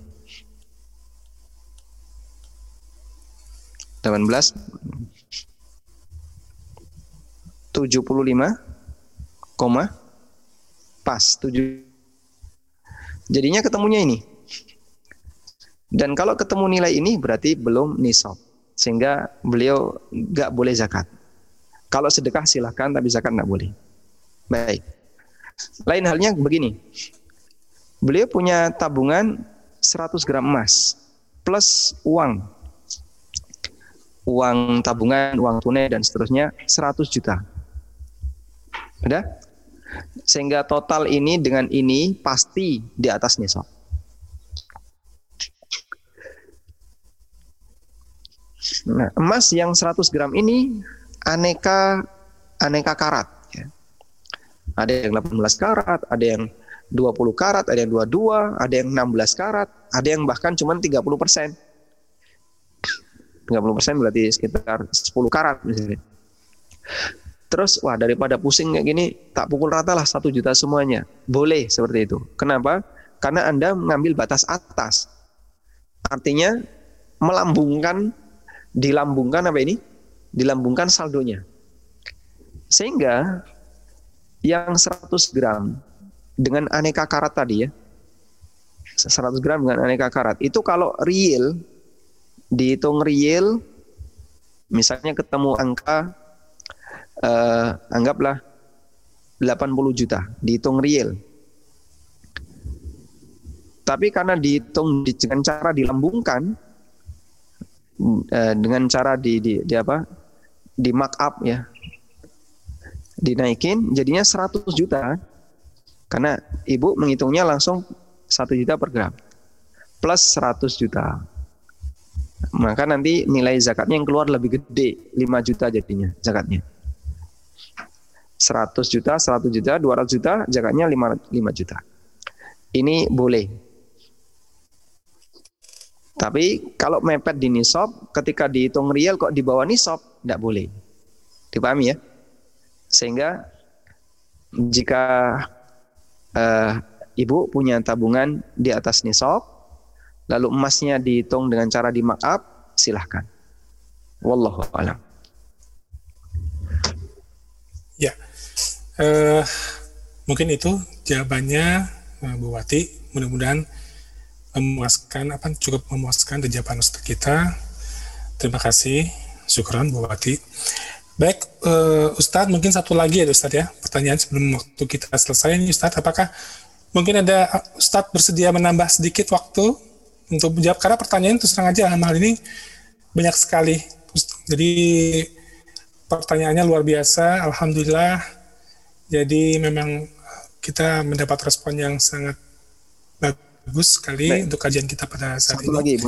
Speaker 3: delapan belas tujuh puluh lima, pas tujuh. Jadinya ketemunya ini. Dan kalau ketemu nilai ini berarti belum nisab, sehingga beliau nggak boleh zakat. Kalau sedekah silahkan, tapi zakat nggak boleh. Baik. Lain halnya begini. Beliau punya tabungan seratus gram emas plus uang. Uang tabungan, uang tunai dan seterusnya seratus juta. Ada? Sehingga total ini dengan ini pasti di atas nisab. Nah, emas yang seratus gram ini aneka aneka karat, ya. Ada yang delapan belas karat, ada yang dua puluh karat, ada yang dua puluh dua, ada yang enam belas karat, ada yang bahkan cuma tiga puluh persen. tiga puluh persen berarti sekitar sepuluh karat misalnya. Terus, wah daripada pusing kayak gini, tak pukul rata lah satu juta semuanya. Boleh seperti itu. Kenapa? Karena Anda mengambil batas atas. Artinya melambungkan, dilambungkan apa ini? Dilambungkan saldonya. Sehingga yang seratus gram dengan aneka karat tadi ya, seratus gram dengan aneka karat, itu kalau real, dihitung real, misalnya ketemu angka Uh, anggaplah delapan puluh juta, dihitung real. Tapi karena dihitung di, dengan cara dilambungkan, uh, dengan cara di, di, di apa, di mark up ya, dinaikin, jadinya seratus juta. Karena ibu menghitungnya langsung satu juta per gram, plus seratus juta. Maka nanti nilai zakatnya yang keluar lebih gede, lima juta jadinya zakatnya. seratus juta, seratus juta, dua ratus juta, zakatnya lima juta. Ini boleh. Tapi kalau mepet di nisab, ketika dihitung real kok di bawah nisab, tidak boleh. Dipahami ya? Sehingga jika uh, ibu punya tabungan di atas nisab, lalu emasnya dihitung dengan cara di mark up, silahkan. Wallahu a'lam.
Speaker 2: Ya. Uh, mungkin itu jawabannya uh, Bu Wati. Mudah-mudahan memuaskan, apa cukup memuaskan dari jawaban Ustaz kita. Terima kasih, syukran Bu Wati. Baik, uh, Ustaz, mungkin satu lagi ya Ustaz ya, pertanyaan sebelum waktu kita selesai ini Ustaz, apakah mungkin ada Ustaz bersedia menambah sedikit waktu untuk menjawab, karena pertanyaan terus terang aja hal ini banyak sekali. Jadi pertanyaannya luar biasa, alhamdulillah. Jadi memang kita mendapat respon yang sangat bagus sekali. Baik. Untuk kajian kita pada saat
Speaker 3: Satu
Speaker 2: ini.
Speaker 3: Satu lagi boleh Pak?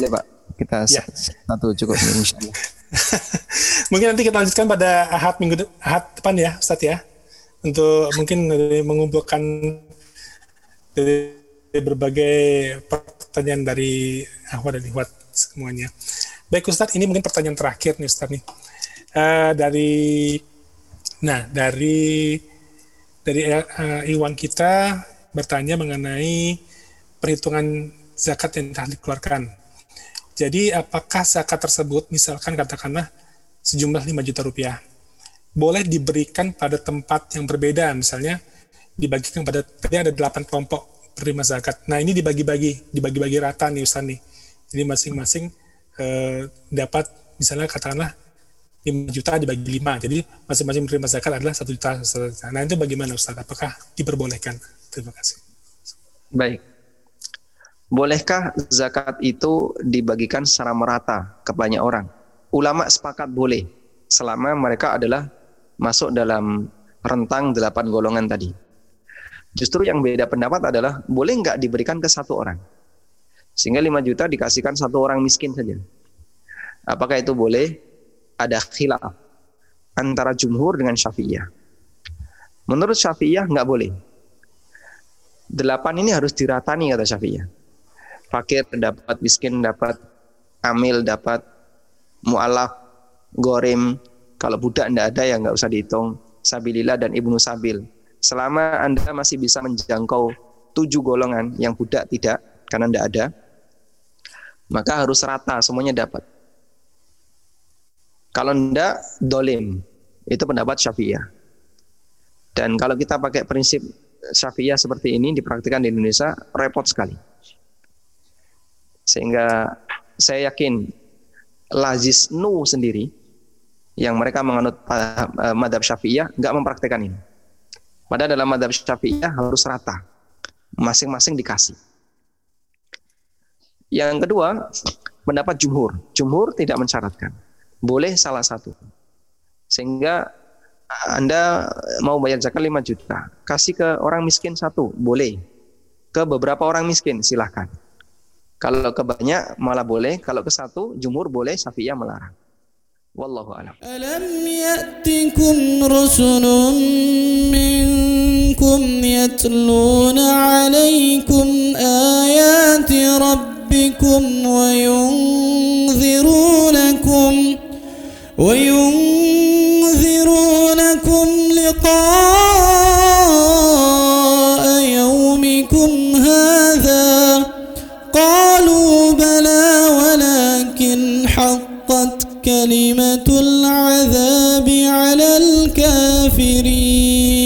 Speaker 3: Kita
Speaker 2: Ya.
Speaker 3: satu cukup insyaallah.
Speaker 2: Mungkin nanti kita lanjutkan pada Ahad minggu de- Ahad depan ya, Ustadz ya. Untuk mungkin dari mengumpulkan dari berbagai pertanyaan dari akhwat dan ikhwat semuanya. Baik Ustadz, ini mungkin pertanyaan terakhir nih Ustadz nih. Uh, dari nah dari dari uh, Iwan kita bertanya mengenai perhitungan zakat yang telah dikeluarkan. Jadi apakah zakat tersebut misalkan katakanlah sejumlah lima juta rupiah boleh diberikan pada tempat yang berbeda, misalnya dibagikan pada tadi ada delapan kelompok penerima zakat. Nah ini dibagi-bagi, dibagi-bagi rata nih Ustaz nih. Jadi masing-masing eh, dapat misalnya katakanlah lima juta dibagi lima. Jadi masing-masing penerima zakat adalah satu juta. Nah itu bagaimana Ustaz? Apakah diperbolehkan? Terima kasih.
Speaker 3: Baik. Bolehkah zakat itu dibagikan secara merata ke banyak orang? Ulama sepakat boleh, selama mereka adalah masuk dalam rentang delapan golongan tadi. Justru yang beda pendapat adalah boleh nggak diberikan ke satu orang, sehingga lima juta dikasihkan satu orang miskin saja. Apakah itu boleh? Ada khilaf antara jumhur dengan Syafi'iyah. Menurut Syafi'iyah nggak boleh. Delapan ini harus diratani kata Syafi'iyah. Fakir dapat, miskin dapat, amil dapat, mu'alaf, gorim. Kalau budak tidak ada ya nggak usah dihitung. Sabilillah dan ibnu sabil. Selama Anda masih bisa menjangkau tujuh golongan yang budak tidak, karena tidak ada, maka harus rata, semuanya dapat. Kalau tidak, dolim. Itu pendapat Syafi'iyah. Dan kalau kita pakai prinsip Syafi'iyah seperti ini dipraktikkan di Indonesia, repot sekali. Sehingga saya yakin Lazis Nu sendiri yang mereka menganut uh, madhab Syafi'iyah nggak mempraktikkan ini. Padahal dalam madhab Syafi'iyah harus rata, masing-masing dikasih. Yang kedua, pendapat jumhur. Jumhur tidak mensyaratkan, boleh salah satu. Sehingga Anda mau bayar zakat lima juta, kasih ke orang miskin satu, boleh. Ke beberapa orang miskin, silahkan. Kalau ke banyak malah boleh, kalau ke satu jumhur boleh, Syafi'iyah melarang. Wallahu a'lam.
Speaker 5: Alam ya'tikum rusulun minkum yatluna 'alaikum ayati rabbikum wa yunzirunakum wa yunzirunakum liqa'a yawmikum hadha. قالوا بلى ولكن حقت كلمة العذاب على الكافرين